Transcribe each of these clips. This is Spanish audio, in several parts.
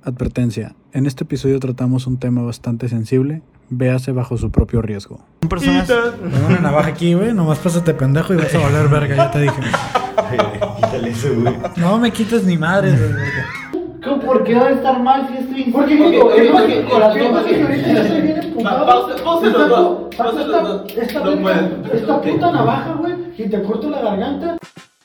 Advertencia. En este episodio tratamos un tema bastante sensible. Véase bajo su propio riesgo. Son personas... Tengo una navaja aquí, güey. Nomás pásate pendejo y vas a valer verga, ya te dije. Quítale eso, güey. No me quites ni madres, güey. ¿Por qué va a estar mal si estoy? Porque digo, es es lo que con las tomas que ahorita yo estoy bien emputado. Pausa los dos. Pausa los dos. Esta puta navaja, güey, y te corto la garganta.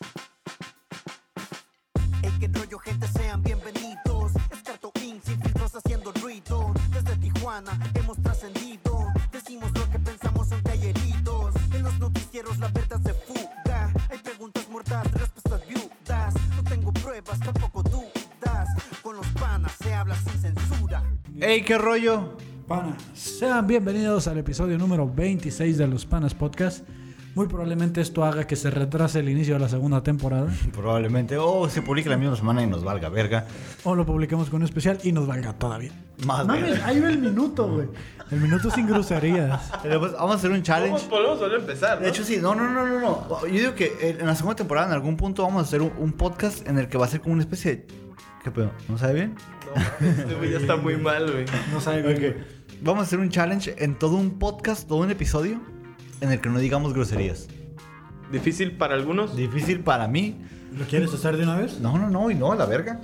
Que rollo, gente, sean bienvenidos. Escarto Inc, sin filtros haciendo ruido. Desde Tijuana hemos trascendido. Decimos lo que pensamos aunque hay heridos. En los noticieros la verdad se fuga. Hay preguntas muertas, respuestas viudas. No tengo pruebas, tampoco dudas. Con los panas se habla sin censura. Ey, ¿qué rollo? Pana, sean bienvenidos al episodio número 26 de Los Panas Podcast. Muy probablemente esto haga que se retrase el inicio de la segunda temporada. Probablemente. O se publique la misma semana y nos valga verga. O lo publiquemos con un especial y nos valga todavía. Más Mames, verga. ahí va el minuto, güey. El minuto sin groserías. Pero pues, vamos a hacer un challenge. Podemos volver a empezar, ¿no? De hecho, sí. No. Yo digo que en la segunda temporada, en algún punto, vamos a hacer un podcast en el que va a ser como una especie de... ¿Qué pedo? ¿No sabe bien? No, este güey ya está muy mal, güey. No sabe bien. Ok. Vamos a hacer un challenge en todo un podcast, todo un episodio, en el que no digamos groserías. Difícil para algunos. Difícil para mí. ¿Lo quieres hacer de una vez? No, y no, la verga.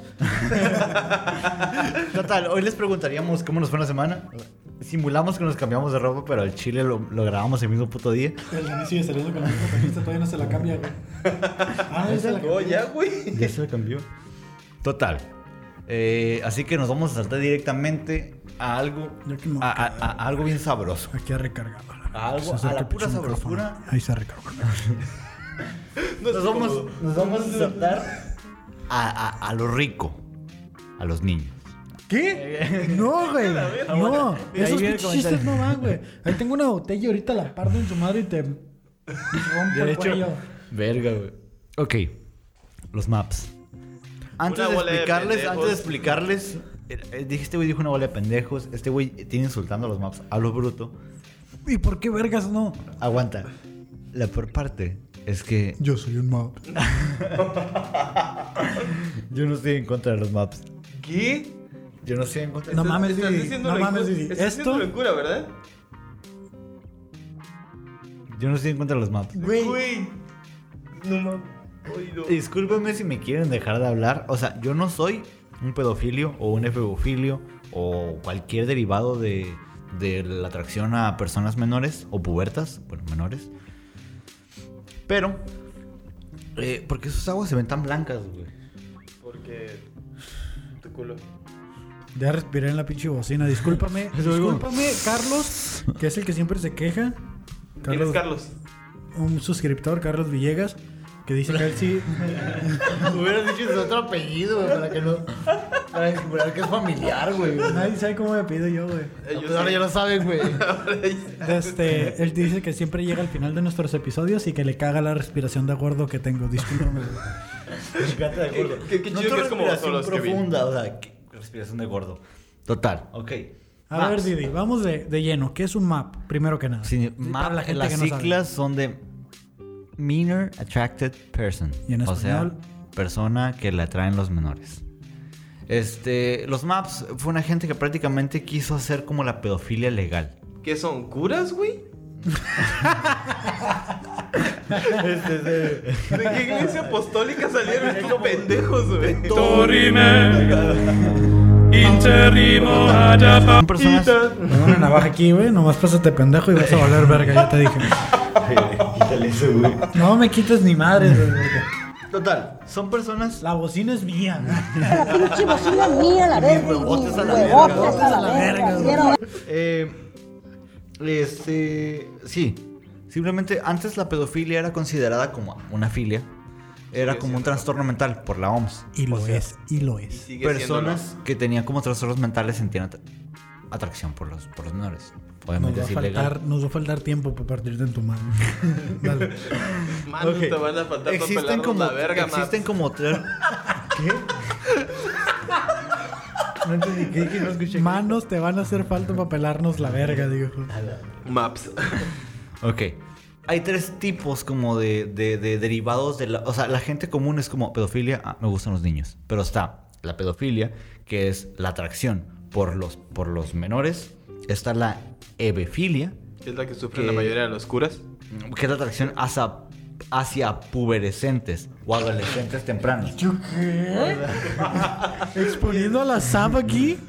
Total, hoy les preguntaríamos cómo nos fue la semana. Simulamos que nos cambiamos de ropa, pero al chile lo grabamos el mismo puto día. El inicio de saliendo con la misma camisa todavía no se la cambia, güey. Ah, ya se la Oh, cambió. ya, güey. Ya se cambió. Total. Así que nos vamos a saltar directamente a algo, Ya que me voy a a algo bien sabroso. Aquí ha recargado. A algo, Se a acerca la el pura pinche micrófono. sabrosura. Ahí se recargó. Nos vamos a saltar a lo rico, a los niños. ¿Qué? No, güey. No. Ahí Esos viene el pinches chistes no van, güey. Ahí tengo una botella ahorita la parto en su madre y te rompo el cuello. Verga, güey. Ok, los maps. Antes Una de bola de explicarles, dije, este güey dijo una bola de pendejos. Este güey tiene insultando a los maps. Hablo bruto. ¿Y por qué vergas no? Aguanta. La peor parte es que Yo soy un map. yo no estoy en contra de los maps. ¿Qué? Yo no estoy en contra de No los mames, Estás Didi. diciendo No mames, locura. Didi. Estás Esto, diciendo locura, ¿verdad? Yo no estoy en contra de los maps. güey. No mames. Ay, no. Discúlpenme si me quieren dejar de hablar. O sea, yo no soy un pedofilio o un efebofilio o cualquier derivado de la atracción a personas menores o pubertas, bueno, menores. Pero, ¿por qué sus aguas se ven tan blancas, güey? Porque... Tu culo. Ya respiré en la pinche bocina. Discúlpame, Carlos, que es el que siempre se queja. ¿Quién es Carlos? Un suscriptor, Carlos Villegas, que dice que él sí. Hubieras dicho su otro apellido, güey, para que no... Para disimular que es familiar, güey. Nadie sabe cómo me pido yo, güey. Pues ahora ya lo saben, güey. Él dice que siempre llega al final de nuestros episodios y que le caga la respiración de gordo que tengo. Discúlpame, güey. Me encanta de gordo. Qué chido tu que es como respiración solos, Kevin. profunda, o sea, respiración de gordo. Total, ok. A ver, Didi, vamos de lleno. ¿Qué es un map? Primero que nada. Sí, para la gente las que no sabe. siglas son de Minor Attracted Person. Y en o sea, español, persona que le atraen los menores. Los maps fue una gente que prácticamente quiso hacer como la pedofilia legal. ¿Qué son? ¿Curas, güey? ¿De qué iglesia apostólica salieron estos pendejos, güey? Son personas... tengo una navaja aquí, güey. Nomás pásate pendejo y vas a valer verga, ya te dije. Quítale eso, güey. No me quites ni madres, güey. Total, son personas... La bocina es mía. La pinche bocina es mía, la verga. Huevotes a la Huevotes verga. a la verga. Quiero Sí. Simplemente antes la pedofilia era considerada como una filia. Era Sigue como un siendo. trastorno mental por la OMS. Y lo O sea, es, y lo es. Sigue Personas que tenían como trastornos mentales sentían atracción por los menores. Obviamente es ilegal. Nos va a faltar tiempo para partirte en tu mano. Dale. siendo. Manos Ok. te van a faltar para pelarnos la verga, existen como tres... ¿Qué? No entendí, ¿qué? No escuché. Manos te van a hacer falta para pelarnos la verga, digo. Maps. Ok. Hay tres tipos como de derivados de la... O sea, la gente común es como pedofilia, me gustan los niños. Pero está la pedofilia, que es la atracción por los menores. Está la hebefilia, Que es la que sufren la mayoría de los curas. que es la atracción hacia puberescentes o adolescentes tempranos. ¿Yo qué? ¿Exponiendo a la SAP aquí?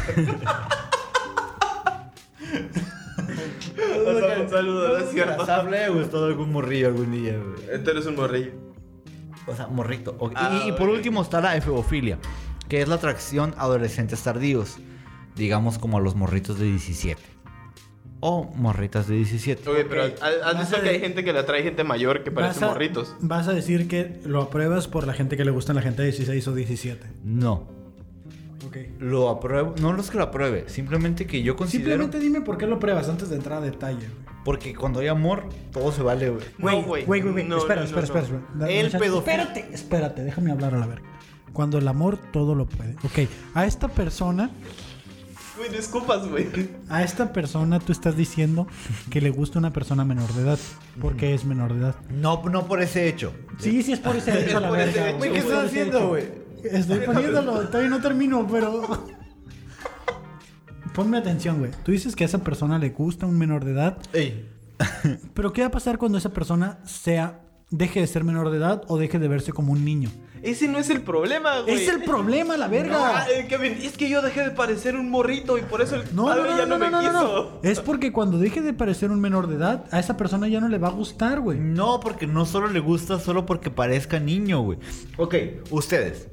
Un saludo, ¿no es cierto? Le gustó algún morrillo algún día, güey. Tú eres un morrillo. O sea, morrito. Ok. Ah, y por ok. último está la efebofilia, que es la atracción a adolescentes tardíos. Digamos como a los morritos de 17. O morritas de 17. Oye, pero has visto que hay gente que le atrae gente mayor que parece morritos. Vas a decir que lo apruebas por la gente que le gustan la gente de 16 o 17. No. Ok. Lo apruebo. No es que lo apruebe. Simplemente que yo considero... Simplemente dime por qué lo pruebas antes de entrar a detalle, güey. Porque cuando hay amor, todo se vale, güey. No, güey. Güey. No, Espera. El pedófilo. Espérate, déjame hablar a la verga. Cuando el amor todo lo puede. Ok, a esta persona Güey, no escupas, güey. A esta persona tú estás diciendo que le gusta una persona menor de edad. Porque es menor de edad. No por ese hecho. Sí, es por ese hecho, la por ese verga. hecho. Güey, ¿qué Es por estás ese haciendo, hecho. güey? Estoy poniéndolo, todavía no termino, pero... Ponme atención, güey. Tú dices que a esa persona le gusta un menor de edad. Ey. Pero ¿qué va a pasar cuando esa persona deje de ser menor de edad o deje de verse como un niño? Ese no es el problema, güey. Es el problema, la verga. No, Kevin, es que yo dejé de parecer un morrito y por eso el padre ya no me quiso. Es porque cuando deje de parecer un menor de edad, a esa persona ya no le va a gustar, güey. No, porque no solo le gusta solo porque parezca niño, güey. Ok, ustedes.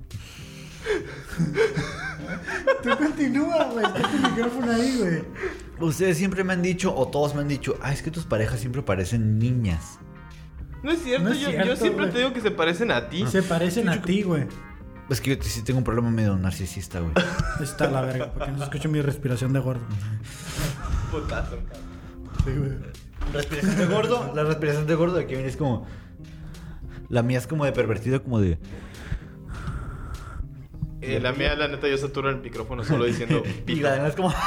Tú continúa, güey. Está tu micrófono ahí, güey. Ustedes siempre me han dicho, o todos me han dicho, es que tus parejas siempre parecen niñas. No es cierto, No es yo cierto, siempre güey. te digo que se parecen a ti. Se parecen a ti, güey. Es que yo sí tengo un problema medio narcisista, güey. Está la verga, porque no se escucha mi respiración de gordo. Putazo. Sí, güey. Respiración de gordo. La respiración de gordo de Kevin es como... La mía es como de pervertido, como de... La mía, la neta, yo saturo el micrófono solo diciendo Y pito. la demás es como...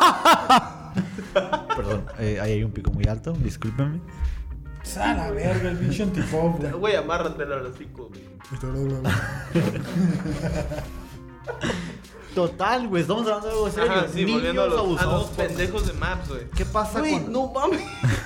Perdón, ahí hay un pico muy alto, discúlpenme. A la verga, el pinche antipop, güey. Güey, amárratelo al hocico, güey. Total, güey, estamos hablando de algo serio. Ajá, sí, volviendo a Niños los abusados por- pendejos de Maps, güey. ¿Qué pasa Güey, con... no mames.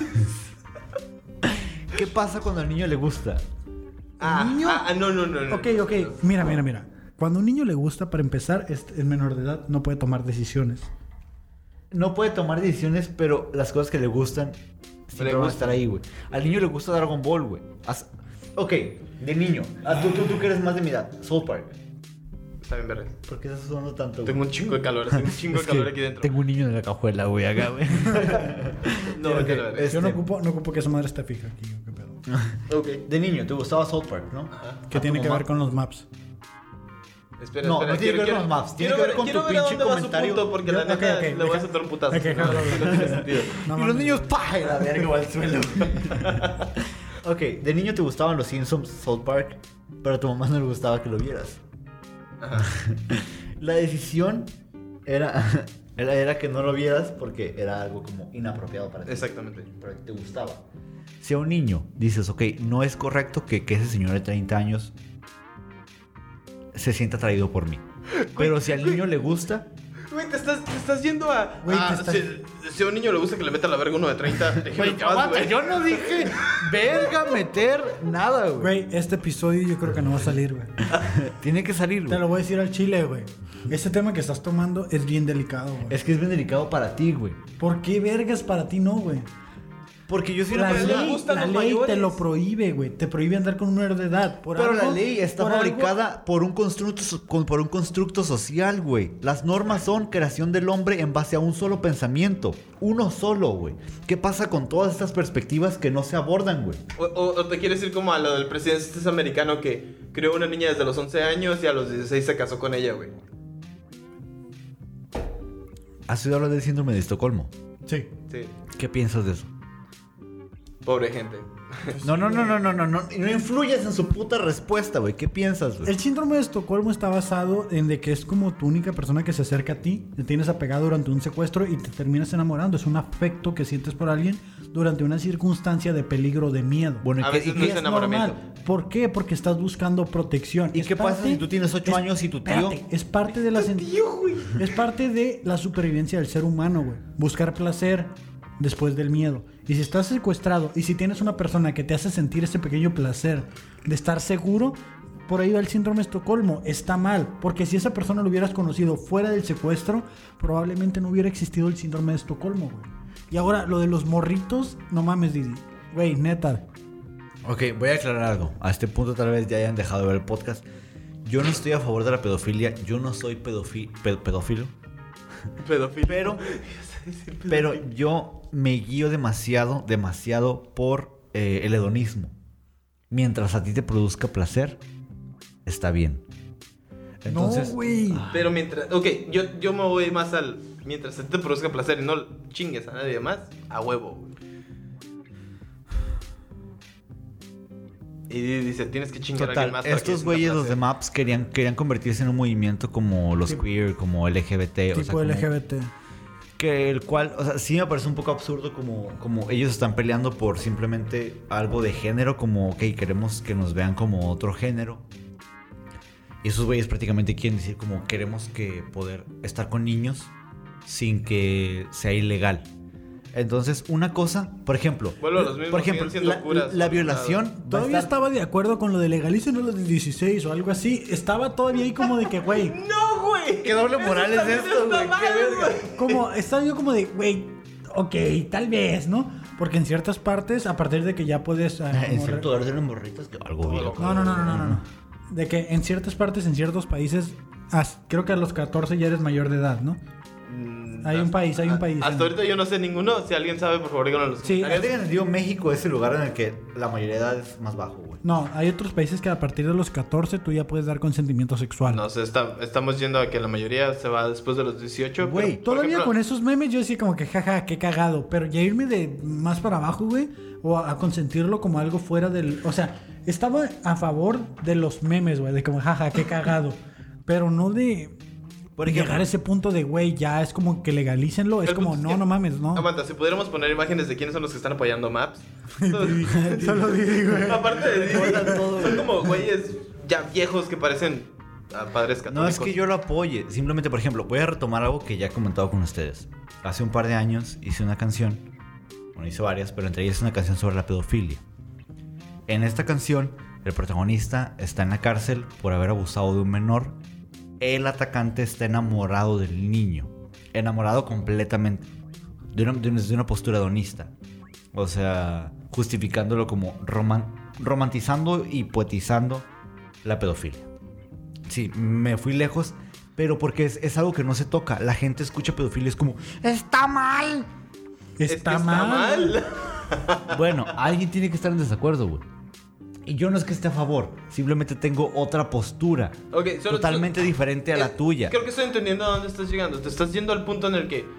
¿Qué pasa cuando al niño le gusta? niño? No. Ok. Mira. Cuando a un niño le gusta, para empezar, es menor de edad, no puede tomar decisiones. No puede tomar decisiones, pero las cosas que le gustan siempre Le van a gustan. estar ahí, güey. Al niño le gusta Dragon Ball, güey. Ok, de niño. Tú que eres más de mi edad. South Park. Está bien, verga. ¿Por qué estás sudando tanto, güey? Tengo un chingo de calor, tengo un chingo de Es que calor aquí dentro. Tengo un niño en la cajuela, güey, acá, güey. No, Ok, que la verga. Yo no ocupo que esa madre esté fija aquí, ¿qué pedo? Ok. De niño, ¿te gustaba South Park, no? ¿Qué tiene que ver con los maps? Espera, No, no tiene que ver con los maps, tiene que ver con tu quiero ver a pinche dónde va su comentario. punto, porque la neta Ok, le voy a deja- soltar un putazo. Ok, déjalo hablar. No tiene sentido. No Y mames. los niños, ¡pah! Y la verga va al suelo. Ok, de niño te gustaban los Simpsons, South Park, pero a tu mamá no le gustaba que lo vieras. Ajá. La decisión era que no lo vieras porque era algo como inapropiado para ti. Exactamente. Pero te gustaba. Si a un niño dices, ok, no es correcto que ese señor de 30 años se sienta atraído por mí. Pero si al niño le gusta, Güey, te estás yendo a... Güey, te estás- Si a un niño le gusta que le meta la verga uno de 30, déjame en paz, güey. yo no dije verga meter nada, güey. Güey, este episodio yo creo que no va a salir, güey. Tiene que salir, Te güey. lo voy a decir al chile, güey. Este tema que estás tomando es bien delicado, güey. Es que es bien delicado para ti, güey. ¿Por qué vergas para ti no, güey? Porque yo soy La una le persona... gustan ley los te mayores. lo prohíbe, güey. Te prohíbe andar con un menor de edad. Pero la ley está por algo- fabricada por un constructo social, güey. Las normas son creación del hombre en base a un solo pensamiento. Uno solo, güey. ¿Qué pasa con todas estas perspectivas que no se abordan, güey? O te quieres ir como a lo del presidente este americano que creó una niña desde los 11 años y a los 16 se casó con ella, güey. ¿Has oído hablar del síndrome de Estocolmo? Sí. Sí. ¿Qué piensas de eso? Pobre gente. No influyes en su puta respuesta, güey. ¿Qué piensas, güey? El síndrome de Estocolmo está basado en de que es como tu única persona que se acerca a ti, te tienes apegado durante un secuestro y te terminas enamorando. Es un afecto que sientes por alguien durante una circunstancia de peligro, de miedo. Bueno, A veces no es enamoramiento. ¿Por qué? Porque estás buscando protección. ¿Y Es qué pasa parte- si tú tienes 8 años y tu tío? Espérate, es parte de la es parte de la supervivencia del ser humano, güey. Buscar placer después del miedo. Y si estás secuestrado y si tienes una persona que te hace sentir ese pequeño placer de estar seguro, por ahí va el síndrome de Estocolmo. Está mal, porque si esa persona lo hubieras conocido fuera del secuestro, probablemente no hubiera existido el síndrome de Estocolmo, güey. Y ahora, lo de los morritos, no mames, Didi. Güey, neta. Ok, voy a aclarar algo. A este punto tal vez ya hayan dejado de ver el podcast. Yo no estoy a favor de la pedofilia. Yo no soy pedófilo. Pedófilo. Pero yo me guío demasiado por el hedonismo. Mientras a ti te produzca placer, está bien. Entonces, no, güey. Pero mientras... Ok, yo me voy más al... Mientras a ti te produzca placer y no chingues a nadie más, a huevo, güey. Y dice, tienes que chingar a total, alguien más para que estos sienta güeyes, los placer. de Maps, querían convertirse en un movimiento como los queer, como LGBT. Tipo como- LGBT. Que el cual, o sea, sí me parece un poco absurdo como ellos están peleando por simplemente algo de género, como, ok, queremos que nos vean como otro género. Y esos güeyes prácticamente quieren decir como queremos que poder estar con niños sin que sea ilegal. Entonces, una cosa, por ejemplo, Vuelvo a los mismos, siguen siendo curas, la son violación va a Todavía estar- estaba de acuerdo con lo de legalicen los de 16 o algo así. Estaba todavía ahí como de que, güey. ¡No, güey! ¿Qué doble moral es también esto, está güey? mal, ¡Qué verga! Como, estaba yo como de, güey, ok, tal vez, ¿no? Porque en ciertas partes, a partir de que ya puedes... En como cierto lugar de los morritos, que algo bien. No. De que en ciertas partes, en ciertos países, creo que a los 14 ya eres mayor de edad, ¿no? Hay un país. Hasta ahorita yo no sé ninguno. Si alguien sabe, por favor, díganlo en los Sí, comentarios. Digo, México es el lugar en el que la mayoría de edad es más bajo, güey. No, hay otros países que a partir de los 14 tú ya puedes dar consentimiento sexual. No sé, estamos yendo a que la mayoría se va después de los 18. Güey, pero, por Todavía ejemplo, con esos memes yo decía como que jaja, qué cagado. Pero ya irme de más para abajo, güey, o a consentirlo como algo fuera del... O sea, estaba a favor de los memes, güey, de como jaja, qué cagado. Pero no de... Por ejemplo, llegar a ese punto de, güey, ya es como que legalícenlo. Es el como, punto es no, que- no mames, no. Aguanta, si pudiéramos poner imágenes de quiénes son los que están apoyando Maps. Solo Didi, güey. Aparte de Didi, son como güeyes ya viejos que parecen padres católicos. no es que yo lo apoye. Simplemente, por ejemplo, voy a retomar algo que ya he comentado con ustedes. Hace un par de años hice una canción. Bueno, hice varias, pero entre ellas una canción sobre la pedofilia. En esta canción, el protagonista está en la cárcel por haber abusado de un menor. El atacante está enamorado del niño. Enamorado completamente. De una postura hedonista. O sea, justificándolo como romantizando y poetizando la pedofilia. Sí, me fui lejos, pero porque es algo que no se toca. La gente escucha pedofilia y es como, ¡está mal! Es que Está mal. Bueno, alguien tiene que estar en desacuerdo, güey. Y yo no es que esté a favor, simplemente tengo otra postura. Ok, totalmente diferente a la tuya. Creo que estoy entendiendo a dónde estás llegando. Te estás yendo al punto en el que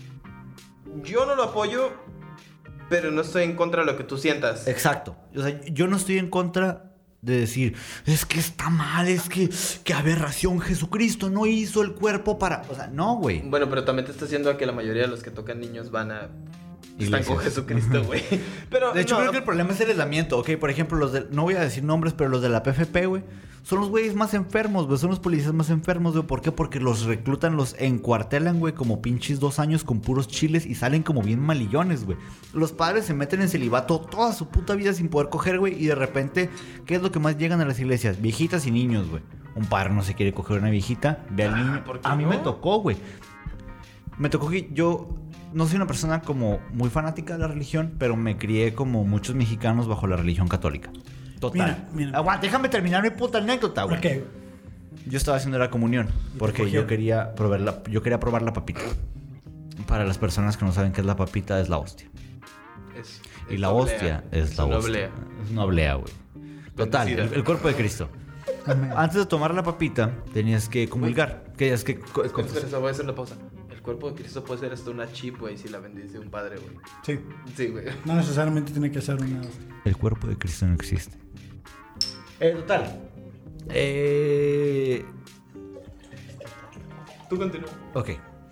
yo no lo apoyo, pero no estoy en contra de lo que tú sientas. Exacto. O sea, yo no estoy en contra de decir, es que está mal, es que qué aberración, Jesucristo no hizo el cuerpo para... O sea, no, güey. Bueno, pero también te estás yendo a que la mayoría de los que tocan niños van a... Están Iglesias. con Jesucristo, güey. Pero De hecho, no, creo que el problema es el aislamiento. Ok, por ejemplo, no voy a decir nombres, pero los de la PFP, güey, son los güeyes más enfermos, güey. Son los policías más enfermos, güey. ¿Por qué? Porque los reclutan, los encuartelan, güey, como pinches 2 años con puros chiles y salen como bien malillones, güey. Los padres se meten en celibato toda su puta vida sin poder coger, güey. Y de repente, ¿qué es lo que más llegan a las iglesias? Viejitas y niños, güey. Un padre no se quiere coger una viejita, ve al niño. ¿por qué A mí no? me tocó, güey. Me tocó que yo no soy una persona como muy fanática de la religión, pero me crié como muchos mexicanos bajo la religión católica. Total. Mira. Aguanta, déjame terminar mi puta anécdota, güey. Ok. Yo estaba haciendo la comunión porque cogieron? yo quería probar la papita. Para las personas que no saben qué es la papita, es la hostia. Y la hostia es la una hostia. oblea. Es una oblea, güey. Total, Bendecida. el cuerpo de Cristo. Antes de tomar la papita, tenías que comulgar. Que es que... Espera, voy a hacer la pausa. El cuerpo de Cristo puede ser hasta una chip, güey, si la bendice un padre, güey. Sí. Sí, güey. No necesariamente tiene que ser una... El cuerpo de Cristo no existe. Total. Tú continúa. Ok.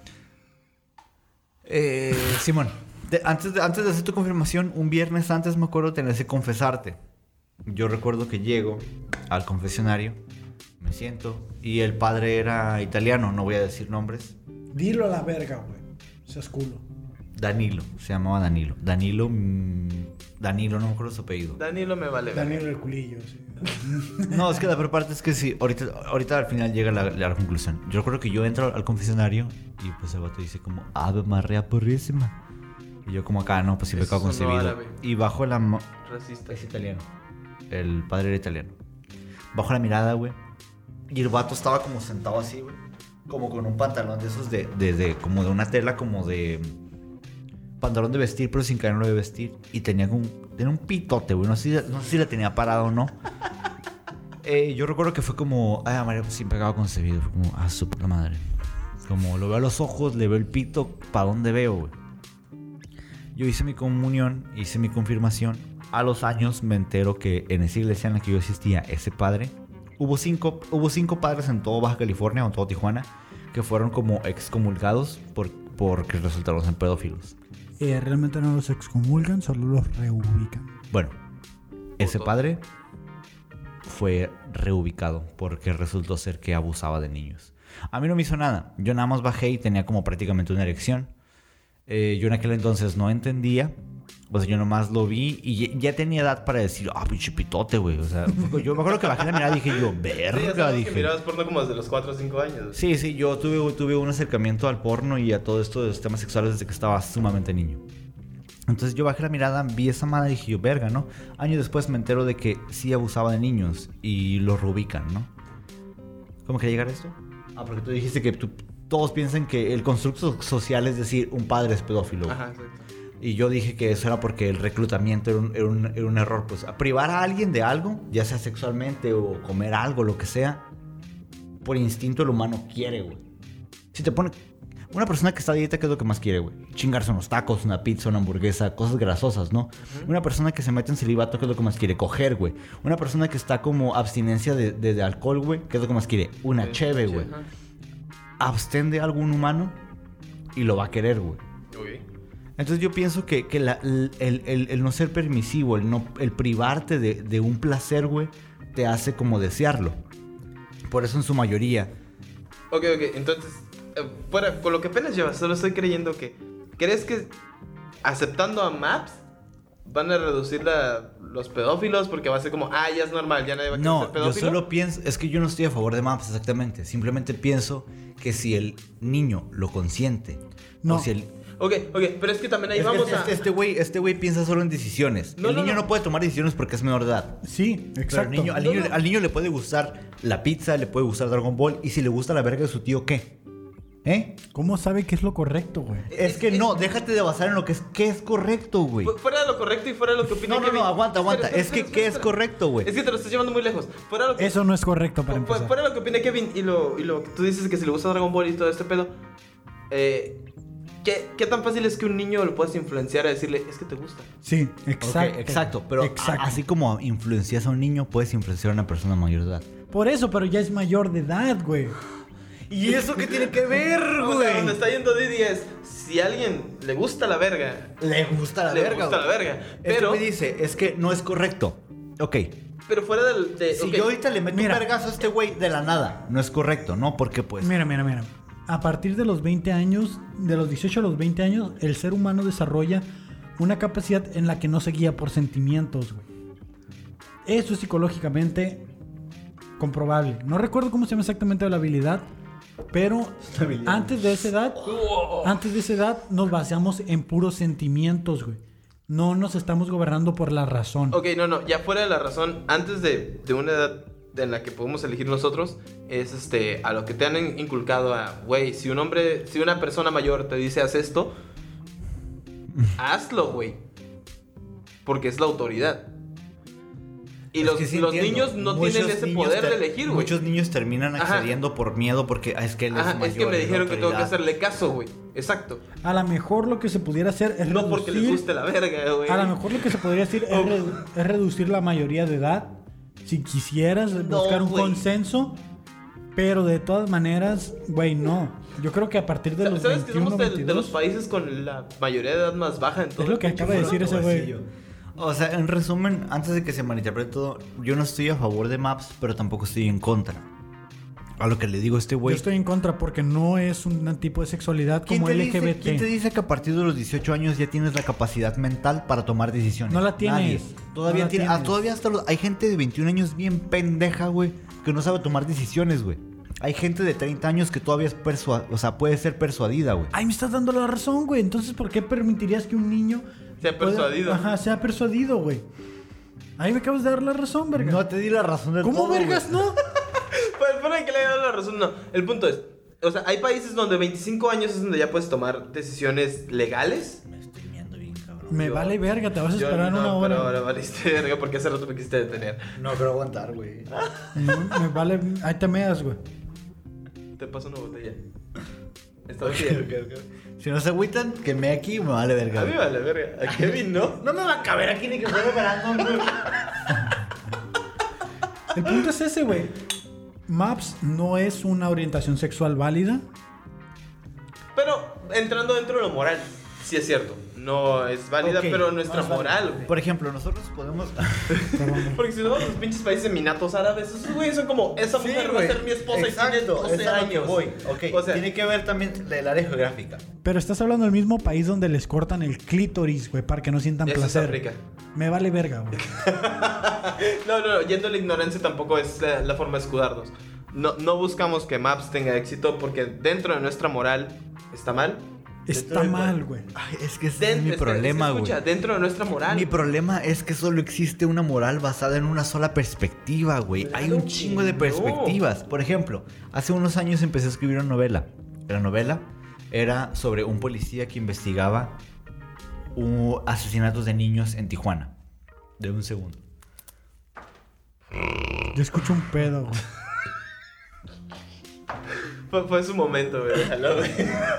Simón, antes de hacer tu confirmación, un viernes antes me acuerdo tenías que confesarte. Yo recuerdo que llego al confesionario, me siento, y el padre era italiano, no voy a decir nombres. Dilo a la verga, güey. Seas culo. Danilo, se llamaba Danilo. Danilo, no me acuerdo su apellido. Danilo me vale, verga. Daniel el culillo, sí. No, es que la peor parte es que sí, ahorita al final llega la conclusión. Yo recuerdo que yo entro al confesionario y pues el vato dice como, Ave María Purísima. Y yo como acá, no, pues sí, pecado Eso sonó concebido. árabe. Y bajo la... Racista. Es italiano. El padre era italiano. Bajo la mirada, güey. Y el vato estaba como sentado así, güey. Como con un pantalón de esos como de una tela, como de... Pantalón de vestir, pero sin cadena de vestir. Y tenía un pitote, güey. No sé si la tenía parado o no. Yo recuerdo que fue como... Ay, María, pues sin pecado concebido. Fue como, su puta madre. Como lo veo a los ojos, le veo el pito. ¿Para dónde veo, güey? Yo hice mi comunión, hice mi confirmación. A los años me entero que en esa iglesia en la que yo asistía, ese padre... Hubo cinco padres en todo Baja California o en todo Tijuana que fueron como excomulgados porque resultaron ser pedófilos. Realmente no los excomulgan, solo los reubican. Bueno, ese padre fue reubicado porque resultó ser que abusaba de niños. A mí no me hizo nada. Yo nada más bajé y tenía como prácticamente una erección. Yo en aquel entonces no entendía. O sea, yo nomás lo vi y ya tenía edad para decir, pinche pitote, güey. O sea, yo me acuerdo que bajé la mirada y dije yo, verga, Sí, dije. que mirabas porno como desde los 4 o 5 años. Sí, yo tuve un acercamiento al porno y a todo esto de los temas sexuales desde que estaba sumamente niño. Entonces yo bajé la mirada, vi esa madre y dije yo, verga, ¿no? Años después me entero de que sí abusaba de niños y los reubican, ¿no? ¿Cómo quería llegar a esto? Porque tú dijiste que todos piensan que el constructo social es decir, un padre es pedófilo. Ajá, exacto. Y yo dije que eso era porque el reclutamiento era un error. Pues a privar a alguien de algo, ya sea sexualmente o comer algo, lo que sea, por instinto el humano quiere, güey. Si te pone... Una persona que está a dieta, ¿qué es lo que más quiere, güey? Chingarse unos tacos, una pizza, una hamburguesa, cosas grasosas, ¿no? Una persona que se mete en celibato, ¿qué es lo que más quiere? Coger, güey. Una persona que está como abstinencia de alcohol, güey, ¿qué es lo que más quiere? Una cheve, güey. Abstén de algún humano y lo va a querer, güey. Ok. Entonces yo pienso que el no ser permisivo, el privarte de un placer, güey, te hace como desearlo. Por eso en su mayoría. Ok. Entonces, fuera, con lo que apenas llevas, solo estoy creyendo que... ¿Crees que aceptando a MAPS van a reducir los pedófilos? Porque va a ser como, ya es normal, ya nadie va a querer ser pedófilo. Yo solo pienso... Es que yo no estoy a favor de MAPS exactamente. Simplemente pienso que si el niño lo consiente... No. O si el... Ok, pero es que también ahí vamos a... Este güey piensa solo en decisiones. El niño no puede tomar decisiones porque es menor de edad. Sí, exacto. Pero al niño le puede gustar la pizza, le puede gustar Dragon Ball. Y si le gusta la verga de su tío, ¿qué? ¿Cómo sabe que es lo correcto, güey? Es que no, déjate de basar en lo que es correcto, güey. Fuera de lo correcto y fuera de lo que opina Kevin. No, aguanta. Espera, ¿Qué es correcto, güey? Es que te lo estás llevando muy lejos. Fuera de lo que... Eso no es correcto para empezar. Fuera de lo que opina Kevin y lo que tú dices que si le gusta Dragon Ball y todo este pedo... ¿Qué tan fácil es que un niño lo puedas influenciar a decirle, es que te gusta? Sí, exacto. Okay, exacto, pero así como influencias a un niño, puedes influenciar a una persona mayor de edad. Por eso, pero ya es mayor de edad, güey. ¿Y eso qué tiene que ver, güey? O sea, donde está yendo Didi es, si a alguien le gusta la verga... Le gusta la verga. Pero... me dice, es que no es correcto. Ok. Pero fuera Si yo ahorita le meto un vergazo a este güey de la nada, no es correcto, ¿no? Porque pues... Mira. A partir de los 20 años, de los 18 a los 20 años, el ser humano desarrolla una capacidad en la que no se guía por sentimientos, güey. Eso es psicológicamente comprobable. No recuerdo cómo se llama exactamente la habilidad, pero antes de esa edad nos basamos en puros sentimientos, güey. No nos estamos gobernando por la razón. Ok, no, ya fuera de la razón, antes de una edad en la que podemos elegir nosotros, es a lo que te han inculcado a, güey, si una persona mayor te dice haz esto, hazlo, güey. Porque es la autoridad. Y Es los, que sí los entiendo. niños no Muchos tienen ese niños poder de elegir, güey. Muchos niños terminan Ajá. accediendo por miedo porque es que él es Ajá, mayor. es que me es dijeron que tengo que autoridad. hacerle caso, güey. Exacto. A lo mejor lo que se pudiera hacer es No porque les reducir- guste la verga, güey. A lo mejor lo que se podría decir es reducir la mayoría de edad. Si quisieras buscar un güey. consenso. Pero de todas maneras, güey, no. Yo creo que a partir de los ¿Sabes que 21, somos de 22... los países con la mayoría de edad más baja en todo? Es lo que el acaba de pinche decir mundo? ese güey. O sea, en resumen, antes de que se malinterprete todo, yo no estoy a favor de Maps, pero tampoco estoy en contra. A lo que le digo a este Yo güey. estoy en contra porque no es un tipo de sexualidad como LGBT. ¿Quién te dice que a partir de los 18 años ya tienes la capacidad mental para tomar decisiones? No la tienes. Nadie. Todavía No la tiene, tienes. todavía hasta hay gente de 21 años bien pendeja, güey, que no sabe tomar decisiones, güey. Hay gente de 30 años que todavía es puede ser persuadida, güey. Ay, me estás dando la razón, güey. Entonces, ¿por qué permitirías que un niño... Sea persuadido. Ajá, sea persuadido, güey. Ahí me acabas de dar la razón, verga. No te di la razón del ¿Cómo, todo, vergas, güey. no? Pues para que le haya dado la razón, no. El punto es, o sea, hay países donde 25 años es donde ya puedes tomar decisiones legales. Me estoy miando bien, cabrón. Me Yo- vale verga, te vas a Yo esperar no, una hora. Pero ahora valiste verga porque hace rato me quisiste detener. No quiero aguantar, güey. No, me vale... Ahí te meas, güey. Te paso una botella. Está bien. Si no se agüitan, que me aquí me vale verga. A mí vale verga. A Kevin no. No me va a caber aquí ni que fuera verano, güey. El punto es ese, güey. Maps no es una orientación sexual válida. Pero entrando dentro de lo moral, sí es cierto. No es válida, Ok, pero nuestra no es válida. moral, güey. Por ejemplo, nosotros podemos... Porque si no, los pinches países Emiratos Árabes, esos güeyes son como, esa mujer va a ser mi esposa y tiene 12 años. Voy. Ok, O sea, tiene que ver también del área geográfica. Pero estás hablando del mismo país donde les cortan el clítoris, güey, para que no sientan Eso es placer. África. Me vale verga, güey. No, yendo a la ignorancia tampoco es la forma de escudarnos. No buscamos que Maps tenga éxito porque dentro de nuestra moral está mal. Está mal, güey. Ay, es que ese es mi Dentro, problema, güey. escucha, dentro de nuestra moral. Mi problema es que solo existe una moral basada en una sola perspectiva, güey. Hay un Claro chingo que de no. perspectivas. Por ejemplo, hace unos años empecé a escribir una novela. La novela era sobre un policía que investigaba asesinatos de niños en Tijuana. De un segundo. Yo escucho un pedo, güey. Fue su momento, güey. Déjalo, güey.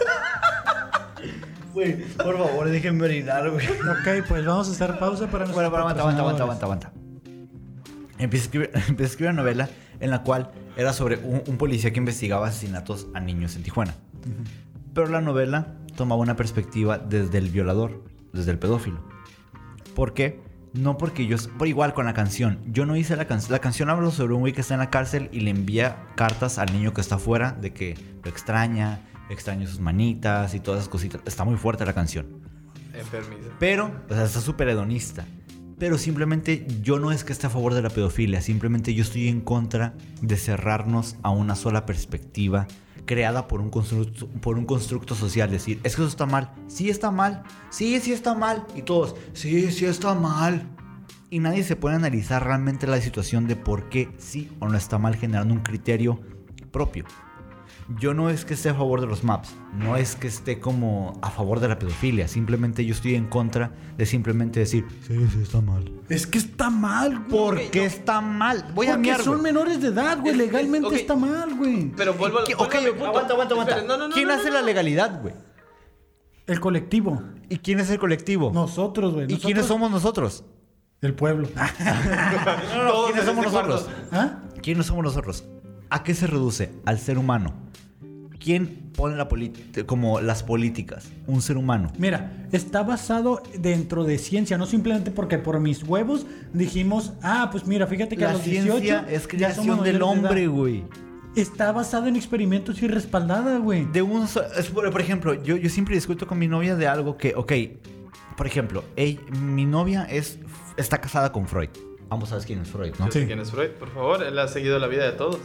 Güey, por favor, déjenme orinar, güey. Ok, pues vamos a hacer pausa para Bueno, pero patrocinadores. aguanta. Empecé a escribir una novela en la cual era sobre un policía que investigaba asesinatos a niños en Tijuana. Pero la novela tomaba una perspectiva desde el violador, desde el pedófilo. ¿Por qué? No porque yo... Por igual con la canción. Yo no hice la canción. La canción habla sobre un güey que está en la cárcel y le envía cartas al niño que está afuera de que lo extraña sus manitas y todas esas cositas. Está muy fuerte la canción. Enfermizo. Pero, o sea, está súper hedonista. Pero simplemente yo no es que esté a favor de la pedofilia. Simplemente yo estoy en contra de cerrarnos a una sola perspectiva creada por un constructo social. Decir, es que eso está mal. Sí está mal. Sí está mal. Y todos, sí está mal. Y nadie se puede analizar realmente la situación de por qué sí o no está mal, generando un criterio propio. Yo no es que esté a favor de los Maps, no es que esté como a favor de la pedofilia, simplemente yo estoy en contra de simplemente decir, sí está mal. Es que está mal, güey. ¿Por qué está mal? Voy a Porque miar, son güey. menores de edad, güey. Legalmente ok. está mal, güey. Pero vuelvo al Ok, mi punto. aguanta. Espera, no, ¿Quién hace la legalidad, güey? El colectivo. ¿Y quién es el colectivo? Nosotros, güey. ¿Y quiénes somos nosotros? El pueblo. Todos ¿Quiénes en somos este nosotros? cuarto. ¿Ah? ¿Quiénes somos nosotros? ¿A qué se reduce? Al ser humano. ¿Quién pone como las políticas? Un ser humano. Mira, está basado dentro de ciencia, no simplemente porque por mis huevos dijimos, pues mira, fíjate que a La los 18 ciencia es ya somos creación mayores del de hombre, edad. güey. Está basado en experimentos y respaldada, güey. Por ejemplo, yo siempre discuto con mi novia de algo que, ok, por ejemplo, mi novia está casada con Freud. Ambos sabes quién es Freud, ¿no? Yo sé quién es Freud, por favor. Él ha seguido la vida de todos.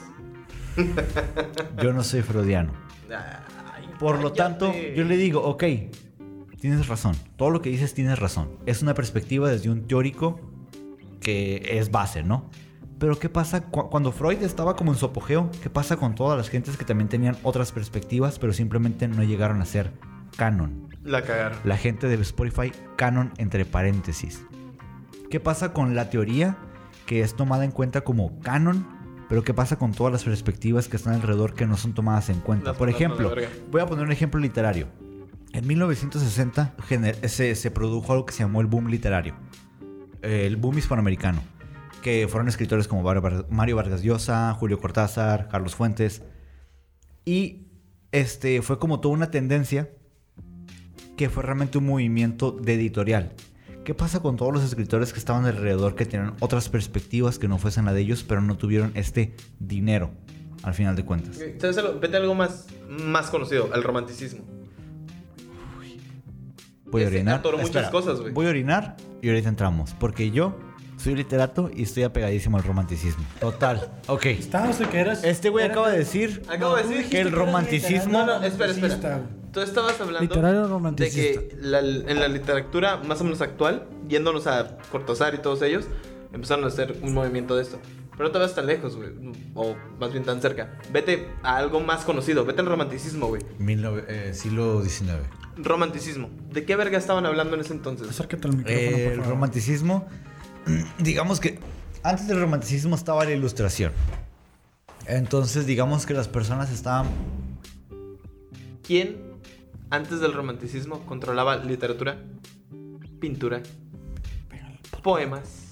Yo no soy freudiano. Ay, Por lo tanto, cállate. yo le digo, ok, tienes razón. Todo lo que dices tienes razón. Es una perspectiva desde un teórico que es base, ¿no? Pero ¿qué pasa cuando Freud estaba como en su apogeo? ¿Qué pasa con todas las gentes que también tenían otras perspectivas, pero simplemente no llegaron a ser canon? La cagaron. La gente de Spotify, canon entre paréntesis. ¿Qué pasa con la teoría que es tomada en cuenta como canon, pero ¿qué pasa con todas las perspectivas que están alrededor que no son tomadas en cuenta? Por ejemplo, voy a poner un ejemplo literario. En 1960 se produjo algo que se llamó el boom literario, el boom hispanoamericano, que fueron escritores como Mario Vargas Llosa, Julio Cortázar, Carlos Fuentes, y fue como toda una tendencia que fue realmente un movimiento de editorial. ¿Qué pasa con todos los escritores que estaban alrededor, que tenían otras perspectivas que no fuesen la de ellos, pero no tuvieron este dinero al final de cuentas? Vete a algo más conocido, el romanticismo. Voy a orinar. Muchas cosas, güey. Voy a orinar y ahorita entramos, porque yo soy literato y estoy apegadísimo al romanticismo. Total. Ok. Estabas de que eras... Este güey acaba de decir que el romanticismo... No, espera. Tú estabas hablando literario de romanticista. que en la literatura más o menos actual, yéndonos a Cortázar y todos ellos, empezaron a hacer un movimiento de esto. Pero no te vas tan lejos, güey. O más bien tan cerca. Vete a algo más conocido. Vete al romanticismo, güey. Siglo XIX. Romanticismo. ¿De qué verga estaban hablando en ese entonces? Acércate al micrófono, por El favor. romanticismo... Digamos que antes del romanticismo estaba la ilustración. Entonces digamos que las personas estaban... ¿Quién antes del romanticismo controlaba literatura, pintura, poemas,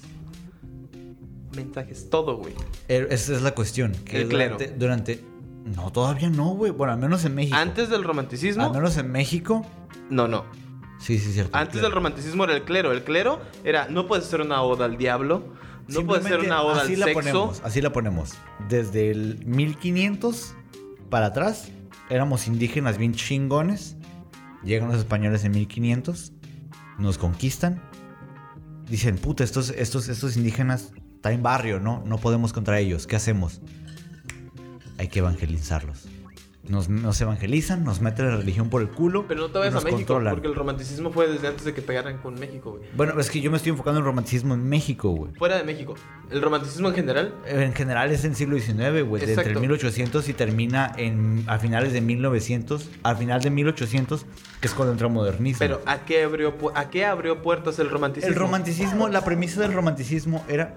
mensajes, todo, güey? Esa es la cuestión. Que El clero. Durante... No, todavía no, güey. Bueno, al menos en México. Antes del romanticismo... Al menos en México. No. Sí, cierto. Antes del romanticismo era el clero. El clero era, no puedes hacer una oda al diablo, no puedes hacer una oda al sexo. Así la ponemos. Desde el 1500 para atrás, éramos indígenas bien chingones. Llegan los españoles en 1500, nos conquistan. Dicen, puta, estos indígenas están en barrio, ¿no? No podemos contra ellos. ¿Qué hacemos? Hay que evangelizarlos. Nos evangelizan, nos meten la religión por el culo. Pero no te vayas a nos México, controlan. porque el romanticismo fue desde antes de que pegaran con México, güey. Bueno, es que yo me estoy enfocando en el romanticismo en México, güey. Fuera de México. El romanticismo en general. En general es en el siglo XIX, güey. Entre el 1800 y termina a finales de 1900. Al final de 1800, que es cuando entra el modernismo. Pero ¿a qué abrió puertas el romanticismo? El romanticismo, la premisa del romanticismo era...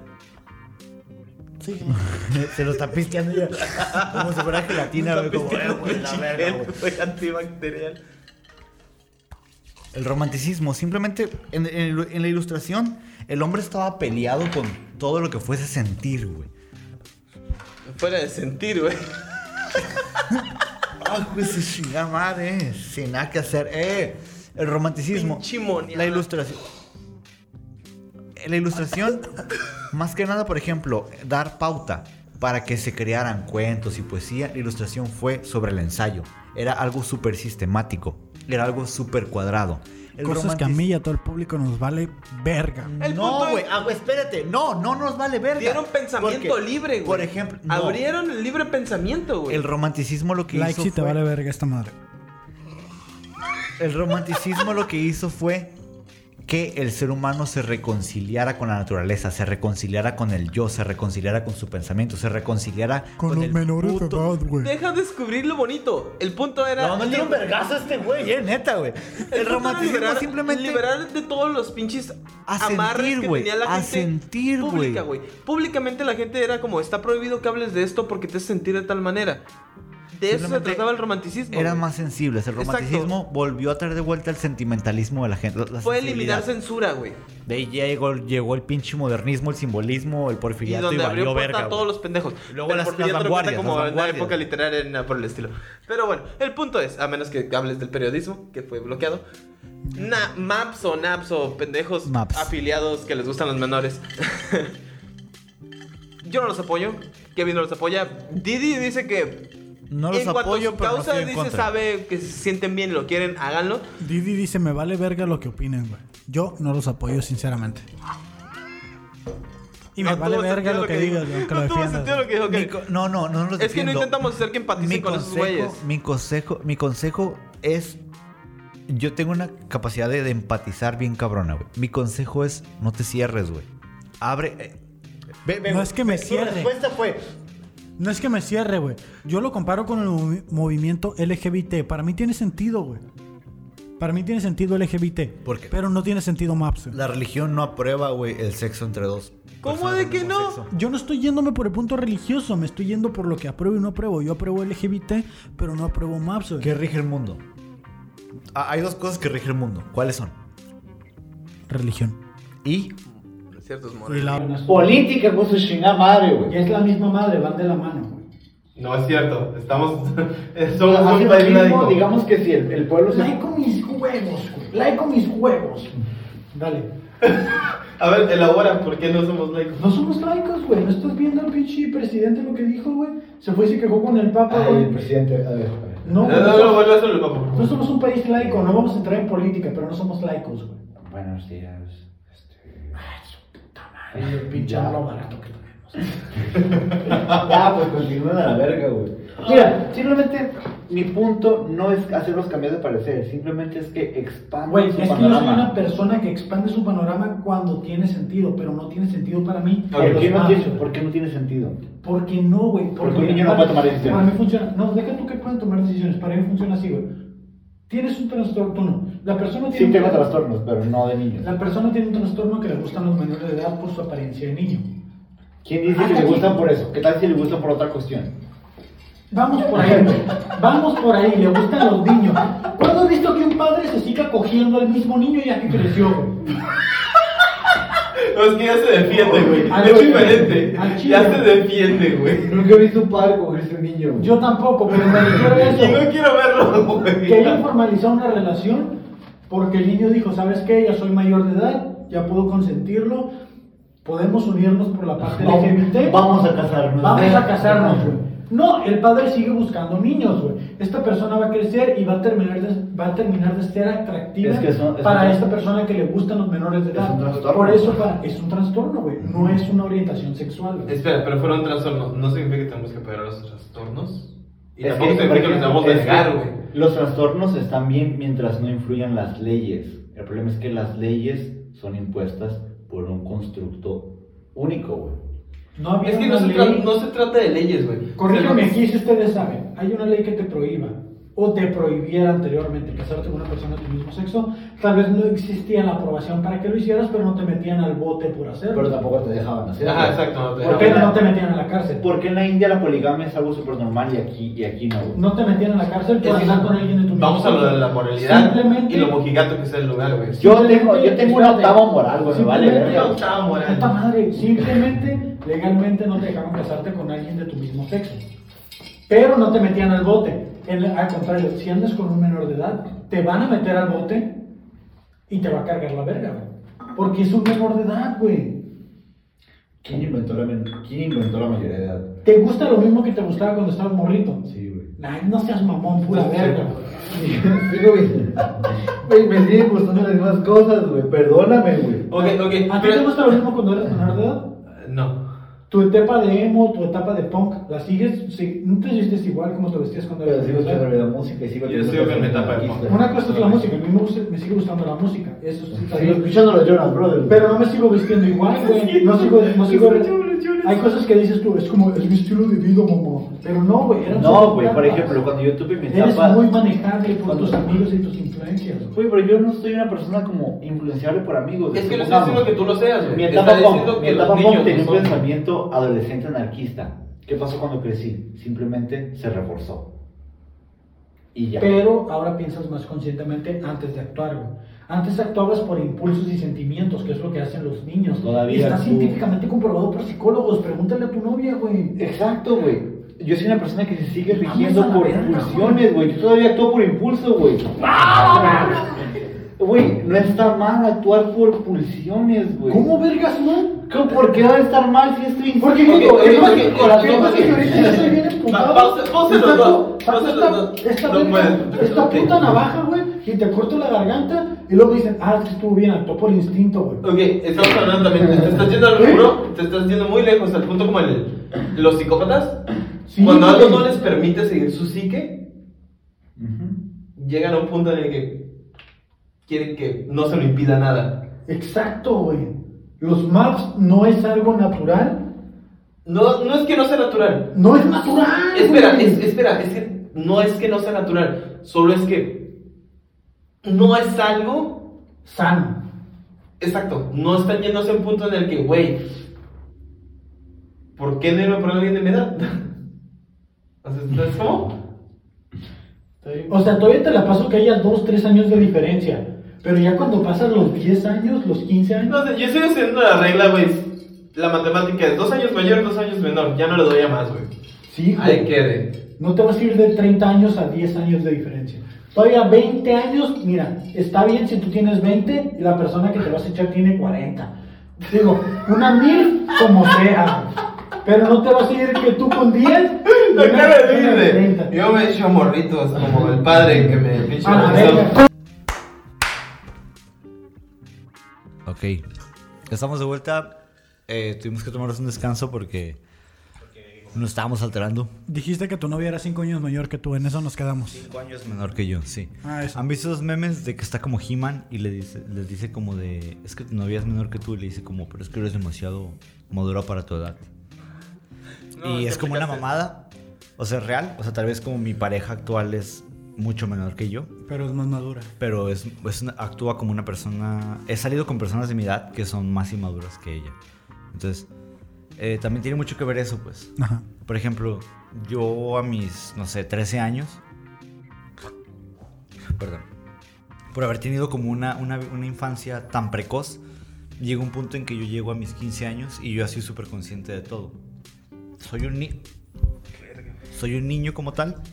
Sí. Se lo está pisteando ya. Como si fuera gelatina, güey. Como, güey, la verga, güey. Fue antibacterial. El romanticismo, simplemente en la ilustración, el hombre estaba peleado con todo lo que fuese sentir, güey. Fuera de sentir, güey. Ay, pues su chingada madre, sin nada que hacer. El romanticismo, Pinchimoniada. la ilustración. La ilustración, más que nada, por ejemplo, dar pauta para que se crearan cuentos y poesía. La ilustración fue sobre el ensayo. Era algo súper sistemático. Era algo súper cuadrado. Cosas que a mí y a todo el público nos vale verga. El No, punto güey, es- espérate. No nos vale verga. Dieron pensamiento Porque, libre, güey. Por ejemplo, no. Abrieron el libre pensamiento, güey. El romanticismo lo que Like hizo si te fue... vale verga esta madre. El romanticismo lo que hizo fue que el ser humano se reconciliara con la naturaleza, se reconciliara con el yo, se reconciliara con su pensamiento, se reconciliara con los el menores de puto... edad, güey. Deja de descubrir lo bonito. El punto era... No, tiene un vergazo este güey, neta, güey. El romanticismo liberar, simplemente... liberar de todos los pinches A amarres sentir, que güey, tenía la a gente sentir, pública, güey. Públicamente la gente era como, está prohibido que hables de esto porque te hace sentir de tal manera. De eso se Simplemente trataba el romanticismo. Eran güey. más sensibles. El Exacto. romanticismo volvió a traer de vuelta el sentimentalismo de la gente. La Fue sensibilidad. eliminar censura, güey. De ahí ya llegó el pinche modernismo, el simbolismo, el Y porfiriato y, donde abrió valió puerta verga. a todos güey. los pendejos. Luego Pero las Porfiriato lo vanguardias, cuenta como las en la vanguardias. época literaria ni nada por el estilo. Pero bueno, el punto es, a menos que hables del periodismo, que fue bloqueado. Maps o naps o pendejos Maps. afiliados que les gustan los menores. Yo no los apoyo. Kevin no los apoya. Didi dice que No los en cuanto apoyo, a su pero no causa, estoy en dice, contra. sabe que se sienten bien y lo quieren, háganlo. Didi dice, me vale verga lo que opinen, güey. Yo no los apoyo, sinceramente. Y me No vale tuvo verga sentido lo que dijo. digas, güey, aunque lo No tuvo defiendas. sentido lo que dijo Mi Kevin. co- no los Es que no defiendo. intentamos hacer que empaticen con esos güeyes. Mi consejo es... Yo tengo una capacidad de empatizar bien cabrona, güey. Mi consejo es, no te cierres, güey. Abre... No es que me Tu cierre. respuesta fue... No es que me cierre, güey. Yo lo comparo con el movimiento LGBT. Para mí tiene sentido, güey. Para mí tiene sentido LGBT. ¿Por qué? Pero no tiene sentido MAPS. La religión no aprueba, güey, el sexo entre dos. ¿Cómo personas de del que mismo no? sexo. Yo no estoy yéndome por el punto religioso, me estoy yendo por lo que apruebo y no apruebo. Yo apruebo LGBT, pero no apruebo MAPS. güey. ¿Qué rige el mundo? Hay dos cosas que rigen el mundo. ¿Cuáles son? Religión. Y Ciertos Y modelos. la... Política, pues su chingada madre, güey. Y es la misma madre, van de la mano, güey. No es cierto. Somos Así un país mismo, laico. digamos que si el pueblo se... Laico mis huevos, güey. Laico mis huevos. Dale. A ver, elabora, ¿por qué no somos laicos? No somos laicos, güey. ¿No estás viendo al pinche presidente lo que dijo, güey? Se fue y se quejó con el Papa, Ay, güey. el presidente, a ver. No, No, vuelve a hacerlo, papá. no somos un país laico. No vamos a entrar en política, pero no somos laicos, güey. Buenos días. Ay, el pinche Ya. lo barato que tenemos. Ya, pues continúen a la verga, güey. Mira, simplemente mi punto no es hacerlos cambiar de parecer, simplemente es que expandan Güey, su es que yo soy una panorama. persona que expande su panorama cuando tiene sentido, pero no tiene sentido para mí. ¿Por qué, no Los tiene, maps, ¿Por qué no tiene sentido? Porque no, güey. Porque un niño no puede tomar decisiones. Para mí funciona. No, deja tú que puedan tomar decisiones. Para mí funciona así, güey. Tienes un trastorno. Tú no. La persona tiene Sí un tengo trastornos, pero no de niños. La persona tiene un trastorno que le gustan los menores de edad por su apariencia de niño. ¿Quién dice que le gustan por eso? ¿Qué tal si le gustan por otra cuestión? Vamos por ahí, güey. Vamos por ahí. Le gustan los niños. ¿Cuándo has visto que un padre se siga cogiendo al mismo niño ya que creció, güey? No, es que ya se defiende, güey. Al Es chile. diferente. Al chile. Ya se defiende, güey. Nunca he visto un padre cogerse un niño. Yo tampoco, pero me refiero a Y no eso. quiero verlo, güey. Que hayan formalizado una relación porque el niño dijo, ¿sabes qué? Ya soy mayor de edad, ya puedo consentirlo, podemos unirnos por la parte LGBT. Vamos a casarnos. Vamos a casarnos, güey. No, el padre sigue buscando niños, güey. Esta persona va a crecer y va a terminar de ser atractiva Es que eso- para eso- esta persona que le gustan los menores de Es edad. un trastorno. Por eso es un trastorno, güey. No es una orientación sexual, güey. Espera, pero fuera un trastorno. No significa que tenemos que pegar a los trastornos. Y Es tampoco que, significa que los debemos de es que negar, güey. los trastornos están bien mientras no influyan las leyes. El problema es que las leyes son impuestas por un constructo único, güey. No había Es que una no ley. se trata de leyes, güey. Corrígeme aquí si ustedes saben. Hay una ley que te prohíba o te prohibiera anteriormente casarte con una persona de tu mismo sexo. Tal vez no existía la aprobación para que lo hicieras, pero no te metían al bote por hacerlo. Pero tampoco te dejaban hacer. Ajá, exacto. No te ¿Por qué no te metían a la cárcel? Porque en la India la poligamia es algo súper normal y aquí no, güey. No te metían a la cárcel por Es que andar con alguien de tu mismo vamos a lo sexo. de la moralidad Simplemente- y lo mojigato que es el lugar, güey. Yo tengo una Espérate. octava moral, güey, me vale Simplemente- verga. Octava moral. Puta madre, simplemente, legalmente no te dejaban casarte con alguien de tu mismo sexo. Pero no te metían al bote. Al contrario, si andas con un menor de edad, te van a meter al bote y te va a cargar la verga, güey. Porque es un menor de edad, güey. ¿Quién inventó la mayoría de edad? ¿Te gusta lo mismo que te gustaba cuando estabas morrito? Sí, güey. Ay, no seas mamón, pura verga, güey. Güey, me siguen gustando las mismas cosas, güey. Perdóname, güey. Ok. ¿A ti te gusta lo mismo cuando eres menor de edad? No. Tu etapa de emo, tu etapa de punk, ¿la sigues? Sí, ¿no te vistes igual como te vestías cuando Pero eras sigo menor de edad? escuchando la música y sigo Yo sigo con mi etapa de punk. Una cosa es la música, a mí me sigue gustando la música, eso sí está Sigo bien. escuchando los Jonas Brothers. Pero no me sigo vistiendo igual, güey. No sigo. Hay cosas que dices tú, es como, es mi estilo de vida, mamá. Pero no, güey. era un No, solo güey, por etapa. ejemplo, cuando yo tuve mi Eres etapa. muy manejable por tus amigos y tus influencias. Güey, pero yo no soy una persona como influenciable por amigos. Es que no estoy supongamos. diciendo que tú lo seas, güey. Mi Te etapa está diciendo punk, mi que los etapa niños punk tenía no un son. pensamiento adolescente anarquista. ¿Qué pasó cuando crecí? Simplemente se reforzó. Y ya. Pero ahora piensas más conscientemente antes de actuar, güey. Antes actuabas por impulsos y sentimientos, que es lo que hacen los niños. Todavía Y está tú- científicamente comprobado por psicólogos. Pregúntale a tu novia, güey. Exacto, güey. Yo soy una persona que se sigue Vamos rigiendo a la por verga, impulsiones, güey. Yo todavía actúo por impulso, güey. Güey, no está mal actuar por pulsiones, güey. ¿Cómo vergas no? ¿Por qué va a estar mal si estoy Porque Ok, digo, ok, es más ok, que ok, corazón, ok, más que ok. ahorita yo estoy bien emputado. Pausa los dos, pausa los dos. Esta No verga, puedes. esta Ok. puta navaja, güey, y te corto la garganta y luego dicen, es que estuvo bien, actuó por instinto, güey. Ok, estamos hablando también. Te estás yendo al rubro, te estás yendo muy lejos, al punto como los psicópatas. Sí, Cuando algo güey. no les permite seguir su psique, Ujú. llegan a un punto en el que quieren que no se lo impida nada. Exacto, güey. Los maps no es algo natural. No es que no sea natural. No es natural. Espera, güey. espera, es que no es que no sea natural, solo es que no es algo Sano. exacto. No están yendo a un punto en el que, güey, ¿por qué no irme por alguien de mi edad? Entonces, ¿cómo? O sea, todavía te la paso que haya 2, 3 años de diferencia. Pero ya cuando pasas los 10 años, los 15 años. No sé, yo estoy haciendo la regla, güey. La matemática es 2 años mayor, 2 años menor. Ya no le doy a más, güey. Sí, Ahí güey. quede. No te vas a ir de 30 años a 10 años de diferencia. Todavía 20 años, mira, está bien si tú tienes 20 y la persona que te vas a echar tiene 40. Digo, una 1000 como sea, güey. Pero no te vas a ir que tú con 10. y Lo una acaba de persona decir, 30. yo me echo morritos como el padre que me pinche A la bautizó. verga. Ok. Estamos de vuelta. Tuvimos que tomarnos un descanso porque nos estábamos alterando. Dijiste que tu novia era 5 años mayor que tú, en eso nos quedamos. 5 años menor que yo, sí. Ah, eso. ¿Han visto esos memes de que está como He-Man y les dice como de... Es que tu novia es menor que tú y le dice como... Pero es que eres demasiado madura para tu edad. No, Y te es como una aplicaste. mamada. O sea, es real. O sea, tal vez como mi pareja actual es mucho menor que yo. Pero es más madura. Pero actúa como una persona... He salido con personas de mi edad que son más inmaduras que ella. Entonces, también tiene mucho que ver eso, pues. Ajá. Por ejemplo, yo a mis, no sé, 13 años... Perdón. Por haber tenido como una infancia tan precoz, llega un punto en que yo llego a mis 15 años y yo ya soy súper consciente de todo. Soy un niño como tal,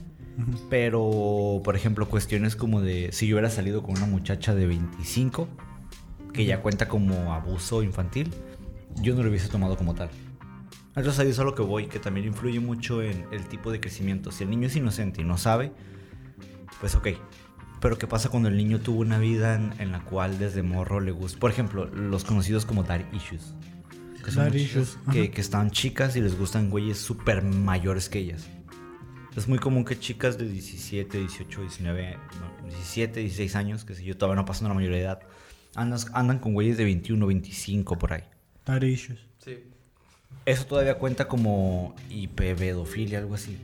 pero, por ejemplo, cuestiones como de si yo hubiera salido con una muchacha de 25, que ya cuenta como abuso infantil, yo no lo hubiese tomado como tal. Entonces ahí es a lo que voy, que también influye mucho en el tipo de crecimiento. Si el niño es inocente y no sabe, pues ok. Pero ¿qué pasa cuando el niño tuvo una vida en la cual desde morro le gusta? Por ejemplo, los conocidos como daddy issues. Que son Daddy muchachas issues, que, ajá. que están chicas y les gustan güeyes súper mayores que ellas. Es muy común que chicas de 17, 18, 19, no, 17, 16 años, que si yo todavía no pasan la mayoría de edad, andan con güeyes de 21, 25 por ahí. Daddy issues. Sí. Eso todavía cuenta como hiperpedofilia, algo así.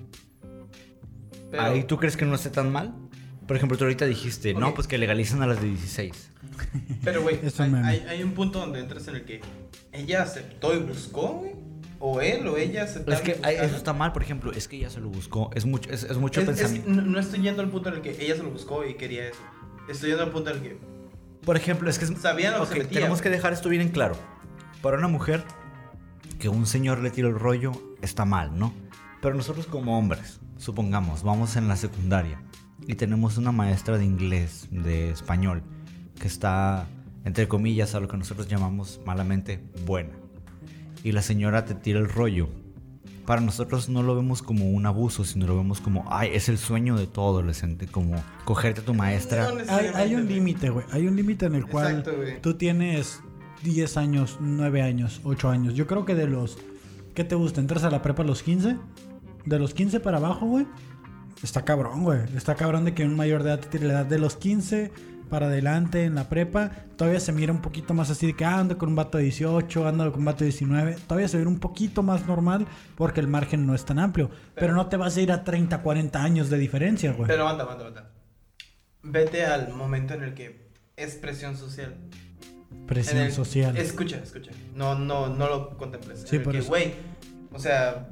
Pero, ¿Ahí tú crees que no esté tan mal? Por ejemplo, tú ahorita dijiste, no, Ok. pues que legalicen a las de 16. pero güey, Es un meme. hay un punto donde entras en el que ella aceptó y buscó, güey. O él o ella aceptaron. Es que y buscaron. eso está mal, por ejemplo, es que ella se lo buscó. Es mucho Es- pensamiento. no estoy yendo al punto en el que ella se lo buscó y quería eso. Estoy yendo al punto en el que Por ejemplo, es que sabían lo que ok, se metía, tenemos güey. que dejar esto bien en claro. Para una mujer, que un señor le tire el rollo está mal, ¿no? Pero nosotros como hombres, supongamos, vamos en la secundaria y tenemos una maestra de inglés, de español, que está, entre comillas, a lo que nosotros llamamos malamente buena. Y la señora te tira el rollo. Para nosotros no lo vemos como un abuso, sino lo vemos como, ay, es el sueño de todo adolescente, como cogerte a tu maestra. No Hay necesariamente, un güey. límite, güey. Hay un límite en el cual Exacto, güey. tú tienes 10 años, 9 años, 8 años. Yo creo que de los... ¿Qué te gusta? ¿Entras a la prepa a los 15? De los 15 para abajo, güey. Está cabrón, güey. Está cabrón de que un mayor de edad te tire la edad de los 15 para adelante en la prepa. Todavía se mira un poquito más así de que ando con un vato de 18, ando con un vato de 19. Todavía se ve un poquito más normal porque el margen no es tan amplio. Pero no te vas a ir a 30, 40 años de diferencia, güey. Pero aguanta. Vete al momento en el que es presión social. Presión En el- social. Escucha. No lo contemples. Sí, En el por que, eso. güey, o sea,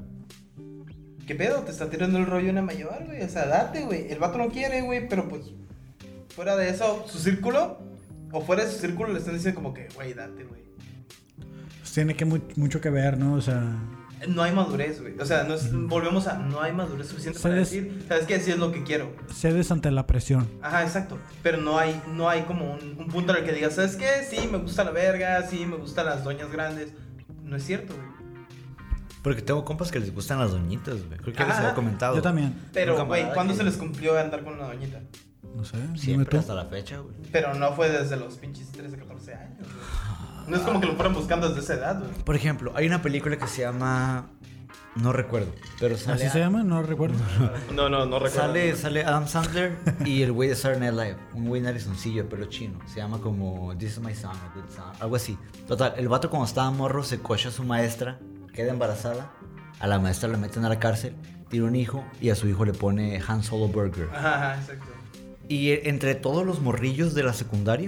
¿qué pedo? Te está tirando el rollo una mayor, güey. O sea, date, güey. El vato no quiere, güey, pero pues fuera de eso, su círculo o fuera de su círculo le están diciendo como que, güey, date, güey. Pues tiene que mucho que ver, ¿no? O sea... No hay madurez, güey. O sea, volvemos a no hay madurez suficiente para ¿Sabes? decir, ¿sabes qué? Sí es lo que quiero. Cedes ante la presión. Ajá, exacto. Pero no hay como un punto en el que digas, ¿sabes qué? Sí, me gusta la verga, sí, me gustan las doñas grandes. No es cierto, güey. Porque tengo compas que les gustan las doñitas, güey. Creo que les Ajá. había comentado. Yo también. Pero, Un güey, camarada ¿cuándo que- se les cumplió andar con una doñita? No sé. dime Siempre tú. hasta la fecha, güey. Pero no fue desde los pinches 13, 14 años, güey. No es como que lo fueran buscando desde esa edad, güey. Por ejemplo, hay una película que se llama... No recuerdo, pero sale... ¿Así se llama? No recuerdo. No recuerdo. Sale Adam Sandler y el güey de Saturday Night Live, un güey narizoncillo, pelo chino. Se llama como This is my son, or Good son, algo así. Total, el vato cuando estaba morro se cocha a su maestra, queda embarazada, a la maestra la meten a la cárcel, tiene un hijo y a su hijo le pone Han Solo Burger. Ajá, exacto. Y entre todos los morrillos de la secundaria,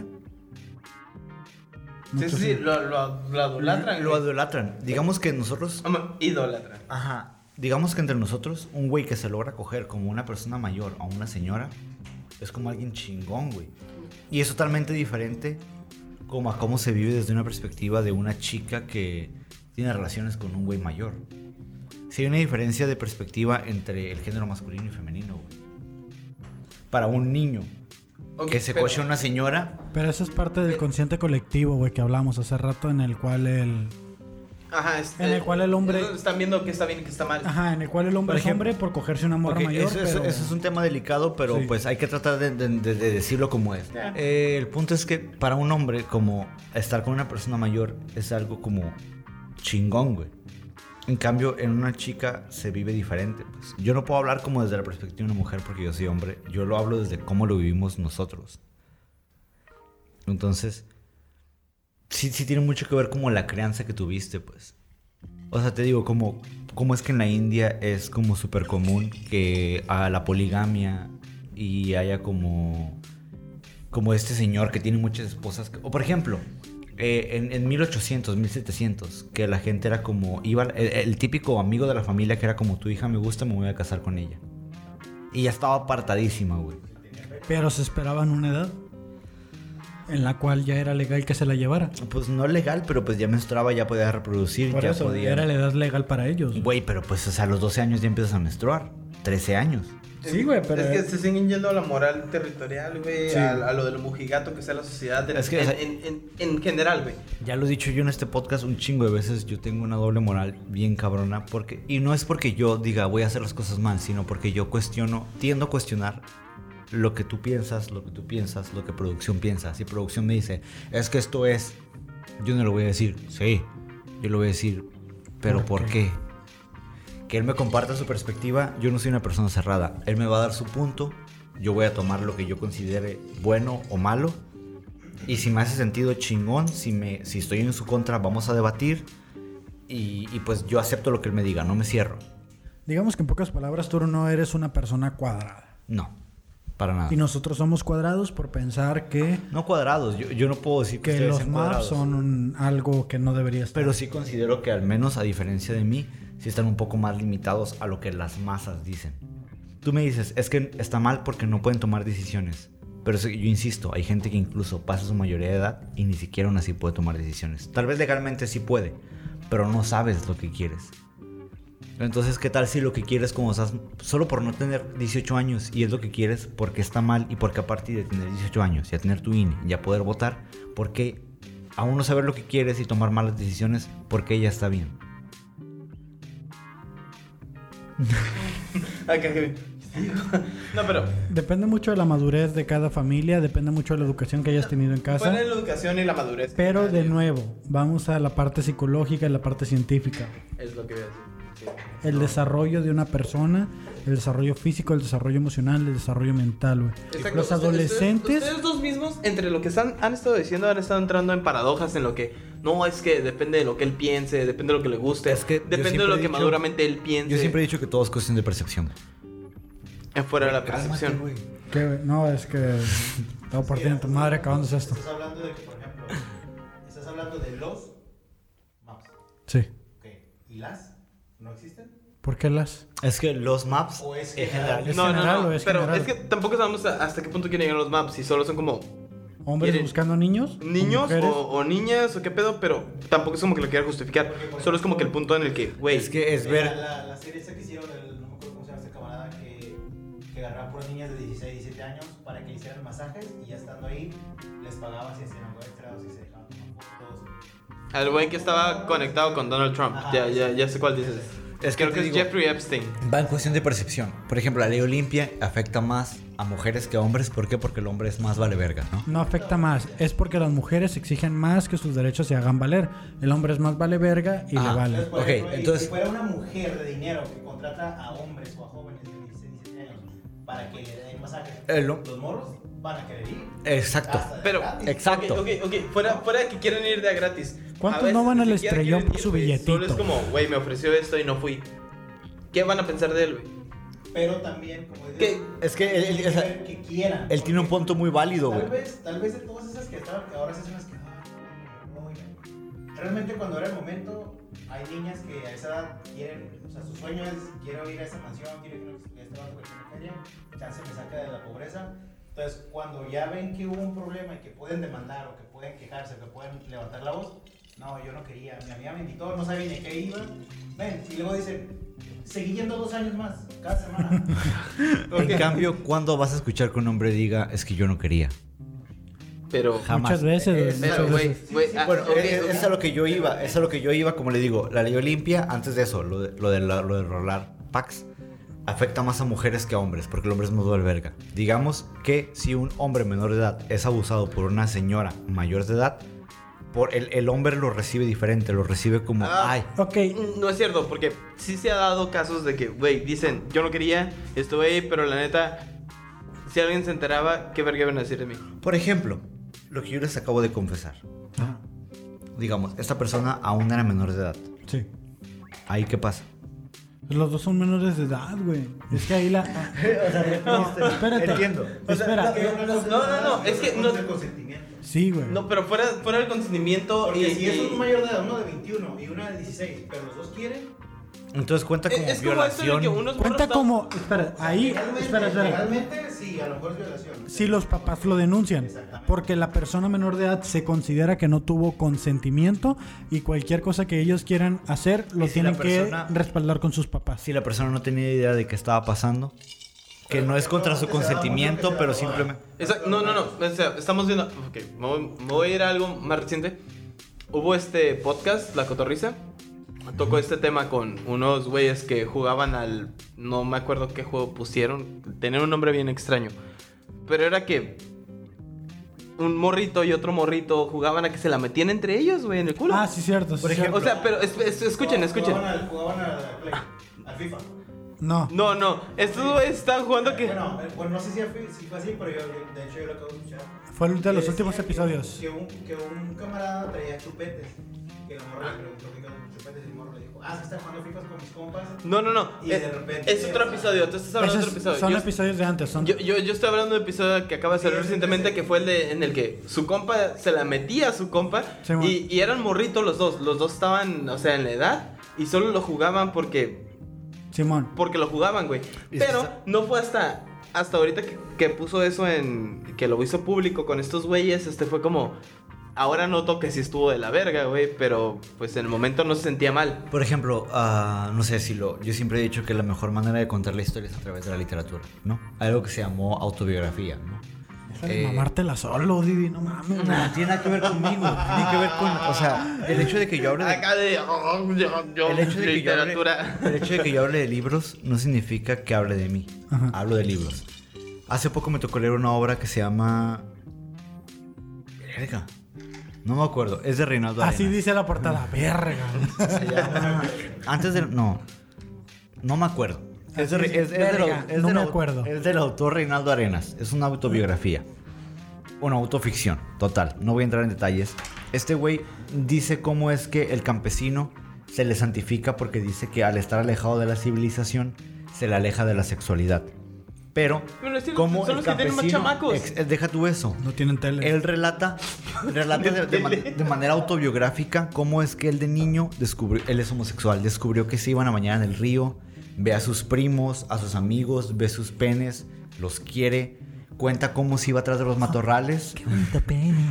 Sí, lo idolatran. lo idolatran. Digamos que nosotros... Idolatran. Ajá. Digamos que entre nosotros, un güey que se logra coger como una persona mayor o una señora es como alguien chingón, güey. Y es totalmente diferente como a cómo se vive desde una perspectiva de una chica que tiene relaciones con un güey mayor. Sí hay una diferencia de perspectiva entre el género masculino y femenino, güey. Para un niño que se coge a una señora... Pero eso es parte del consciente colectivo, güey, que hablamos hace rato, en el cual el... Ajá, en el cual el hombre... Están viendo que está bien y que está mal. Ajá, en el cual el hombre Por es ejemplo, hombre por cogerse una morra mayor, eso es un tema delicado, pero Sí. pues hay que tratar de decirlo como es. El punto es que para un hombre, como estar con una persona mayor es algo como chingón, güey. En cambio, en una chica se vive diferente. Pues. Yo no puedo hablar como desde la perspectiva de una mujer porque yo soy hombre. Yo lo hablo desde cómo lo vivimos nosotros. Entonces, sí tiene mucho que ver como la crianza que tuviste, pues. O sea, te digo, como es que en la India es como súper común que a la poligamia y haya como este señor que tiene muchas esposas. O por ejemplo, en 1800, 1700, que la gente era como... el típico amigo de la familia que era como, tu hija me gusta, me voy a casar con ella. Y ya estaba apartadísima, güey. pero se esperaban una edad en la cual ya era legal que se la llevara. Pues no legal, pero pues ya menstruaba, ya podía reproducir, Por ya eso, podía... era la edad legal para ellos. Güey, pero pues, o sea, a los 12 años ya empiezas a menstruar. 13 años. Sí, güey, pero... Es que se siguen yendo a la moral territorial, güey, Sí. a lo del mujigato que sea la sociedad, Es que, o sea, en general, güey. Ya lo he dicho yo en este podcast un chingo de veces, yo tengo una doble moral bien cabrona, porque... Y no es porque yo diga voy a hacer las cosas mal, sino porque yo tiendo a cuestionar lo que tú piensas, lo que producción piensa. Si producción me dice, es que esto es... Yo no lo voy a decir, sí, yo lo voy a decir, pero ¿por qué? Que él me comparta su perspectiva, yo no soy una persona cerrada. Él me va a dar su punto, yo voy a tomar lo que yo considere bueno o malo. Y si me hace sentido, chingón. Si estoy en su contra, vamos a debatir. Y pues yo acepto lo que él me diga, no me cierro. Digamos que en pocas palabras, tú no eres una persona cuadrada. No, para nada. Y nosotros somos cuadrados por pensar que No cuadrados, yo no puedo decir que ustedes los sean maps cuadrados. son algo que no debería estar. Pero sí considero que al menos a diferencia de mí, sí están un poco más limitados a lo que las masas dicen. Tú me dices, es que está mal porque no pueden tomar decisiones. Pero yo insisto, hay gente que incluso pasa su mayoría de edad y ni siquiera aún así puede tomar decisiones. Tal vez legalmente sí puede, pero no sabes lo que quieres. Entonces, ¿qué tal si lo que quieres como estás solo por no tener 18 años y es lo que quieres porque está mal y porque a partir de tener 18 años y a tener tu INE y a poder votar, porque aún no saber lo que quieres y tomar malas decisiones, porque ya está bien? No, pero Depende mucho de la madurez de cada familia, depende mucho de la educación que hayas tenido en casa. fuera de la educación y la madurez. Pero de nuevo, vamos a la parte psicológica y la parte científica. Es lo que voy a decir. Sí. El desarrollo de una persona, el desarrollo físico, el desarrollo emocional, el desarrollo mental, güey. Exacto. Los adolescentes... Ustedes dos mismos, entre lo que han estado diciendo, han estado entrando en paradojas en lo que... No, es que depende de lo que él piense, depende de lo que le guste, Es que yo depende de siempre lo he que dicho- maduramente él piense. Yo siempre he dicho que todo es cuestión de percepción. Fuera de la percepción. Cálmate, güey. ¿Qué? No, es que... Estaba partiendo tu madre acabándose esto. Estás hablando de que, por ejemplo, estás hablando de los maps. Sí. Ok. ¿Y las? ¿No existen? ¿Por qué las...? Es que los maps ¿O es en general... ¿Es No, general no, o no. es Pero general? es que tampoco sabemos hasta qué punto quieren llegar los maps. Si solo son como ¿Hombres ¿Quieren- buscando niños? niños ¿Mujeres? o niñas o qué pedo, pero tampoco es como que lo quiera justificar. Solo es como que el punto en el que, güey, Es que es ver... La serie esa que hicieron, no me acuerdo cómo se llama este camarada, que agarraba puras niñas de 16, 17 años para que hicieran masajes y ya estando ahí les pagaba si hacían algo extra o si se dejaban tomar fotos. al güey que estaba conectado con Donald Trump. Ya sé cuál dices. Es que Creo te que es digo- Jeffrey Epstein. Va en cuestión de percepción. Por ejemplo, la ley Olimpia afecta más a mujeres que a hombres. ¿Por qué? Porque el hombre es más vale verga, ¿no? No afecta más. Es porque las mujeres exigen más que sus derechos se hagan valer. El hombre es más vale verga y Ah. le vale. Entonces, por Ok, ejemplo, entonces- si fuera una mujer de dinero que contrata a hombres o a jóvenes de 16, 17 años para que le den masajes, los morros van a querer ir. Exacto. Hasta de Pero, gratis. Exacto. Ok, fuera de que quieren ir de a gratis. ¿Cuántos A veces no van al ni siquiera estrellón quieren por ir, su güey. billetito? Solo es como, güey, me ofreció esto y no fui. ¿Qué van a pensar de él, güey? Pero también, como dices, ¿Qué? Es que él, o sea, que quieran. él tiene un punto muy válido, güey. Tal vez de todas esas que estaban, que ahora se hacen las que no. Realmente cuando era el momento, hay niñas que a esa edad quieren, o sea, su sueño es, quiero ir a esa mansión, quiero ir a este vato que tiene feria, chance me saca de la pobreza. Entonces, cuando ya ven que hubo un problema y que pueden demandar o que pueden quejarse, que pueden levantar la voz, no, yo no quería, mi amiga me invitó, no sabía ni qué iba, ven, y luego dicen, seguí yendo 2 años más, cada semana. En cambio, ¿cuándo vas a escuchar que un hombre diga, es que yo no quería? Pero Jamás. Muchas veces, güey. pero, Muchas güey, veces. güey, Bueno, ok, es a lo que yo iba, como le digo, la ley Olimpia, antes de eso, lo de rolar packs, afecta más a mujeres que a hombres, porque el hombre es muy alberga. Digamos que si un hombre menor de edad es abusado por una señora mayor de edad, el hombre lo recibe diferente, lo recibe como, ay. Ok. No es cierto, porque sí se ha dado casos de que, güey, dicen, yo no quería, estuve ahí, pero la neta, si alguien se enteraba, ¿qué verga iban a decir de mí? Por ejemplo, lo que yo les acabo de confesar. Ajá. Digamos, esta persona aún era menor de edad. Sí. ¿Ahí qué pasa? Los dos son menores de edad, güey. Es que ahí la... No, espérate. Entiendo. Espera. No, es que no... El consentimiento. Sí, güey. No, pero fuera del consentimiento Porque y... si es un mayor de edad, uno de 21 y una de 16, pero los dos quieren, Entonces cuenta como es como esto de violación. que unos Cuenta morros como... Espera, ahí... Espera. legalmente sí, a lo mejor es violación. Si los papás lo denuncian. Porque la persona menor de edad se considera que no tuvo consentimiento y cualquier cosa que ellos quieran hacer lo Y si tienen la persona- que respaldar con sus papás. Si la persona no tenía idea de qué estaba pasando, que no es contra su consentimiento, pero simplemente... No. O sea, estamos viendo... Ok, me voy a ir a algo más reciente. Hubo este podcast, La Cotorrisa. Tocó este tema con unos güeyes que jugaban al... No me acuerdo qué juego pusieron. Tenía un nombre bien extraño. Pero era que... Un morrito y otro morrito jugaban a que se la metían entre ellos, güey, en el culo. Ah, sí, cierto. Sí, Por ejemplo, O sea, pero escuchen. Jugaban al Play, al FIFA. No. No, estos güeyes estaban jugando que... Bueno, no sé si fue así, pero yo, de hecho yo lo acabo de escuchar. Fue de los Que últimos decía episodios. Que un camarada traía chupetes. Que la morra le preguntó qué con chupetes y el morro le dijo, se está jugando FIFA con mis compas. No. Y de repente... Es otro episodio, tú estás hablando de otro episodio. Son Yo- episodios de antes. Son... Yo estoy hablando de un episodio que acaba de salir Sí, recientemente, sí. que fue el de en el que su compa se la metía a su compa Sí, bueno. y eran morritos los dos. Los dos estaban, o sea, en la edad y solo lo jugaban porque Simón. lo jugaban, güey. Y Pero está- no fue hasta ahorita que puso eso que lo hizo público con estos güeyes, fue como... Ahora noto que sí estuvo de la verga, güey, pero pues en el momento no se sentía mal. Por ejemplo, no sé si yo siempre he dicho que la mejor manera de contar la historia es a través de la literatura, ¿no? Algo que se llamó autobiografía, ¿no? Deja de mamártela solo, Didi, no mames. No tiene nada que ver conmigo, tiene que ver con, o sea, el hecho de que yo hable de... Acá de... El hecho de que yo hable, literatura. el hecho de que yo hable de libros no significa que hable de mí. Ajá. Hablo de libros. Hace poco me tocó leer una obra que se llama... Verga. No me acuerdo. Es de Reinaldo Arenas. Así dice la portada. Verga. Se llama... Antes de... No me acuerdo. Es, de, Así es, dice, es del, verga, es no del me au- acuerdo. Es del autor Reinaldo Arenas. Es una autobiografía. Una autoficción. Total. No voy a entrar en detalles. Este güey dice cómo es que el campesino se le santifica porque dice que al estar alejado de la civilización se le aleja de la sexualidad. Pero, Bueno, es que como son el los que tienen más campesino... chamacos. Deja tú eso. No tienen tele. Él relata de manera autobiográfica cómo es que él de niño descubrió, él es homosexual, descubrió que se iban a bañar en el río, ve a sus primos, a sus amigos, ve sus penes, los quiere, cuenta cómo se iba atrás de los matorrales. Qué bonito pene.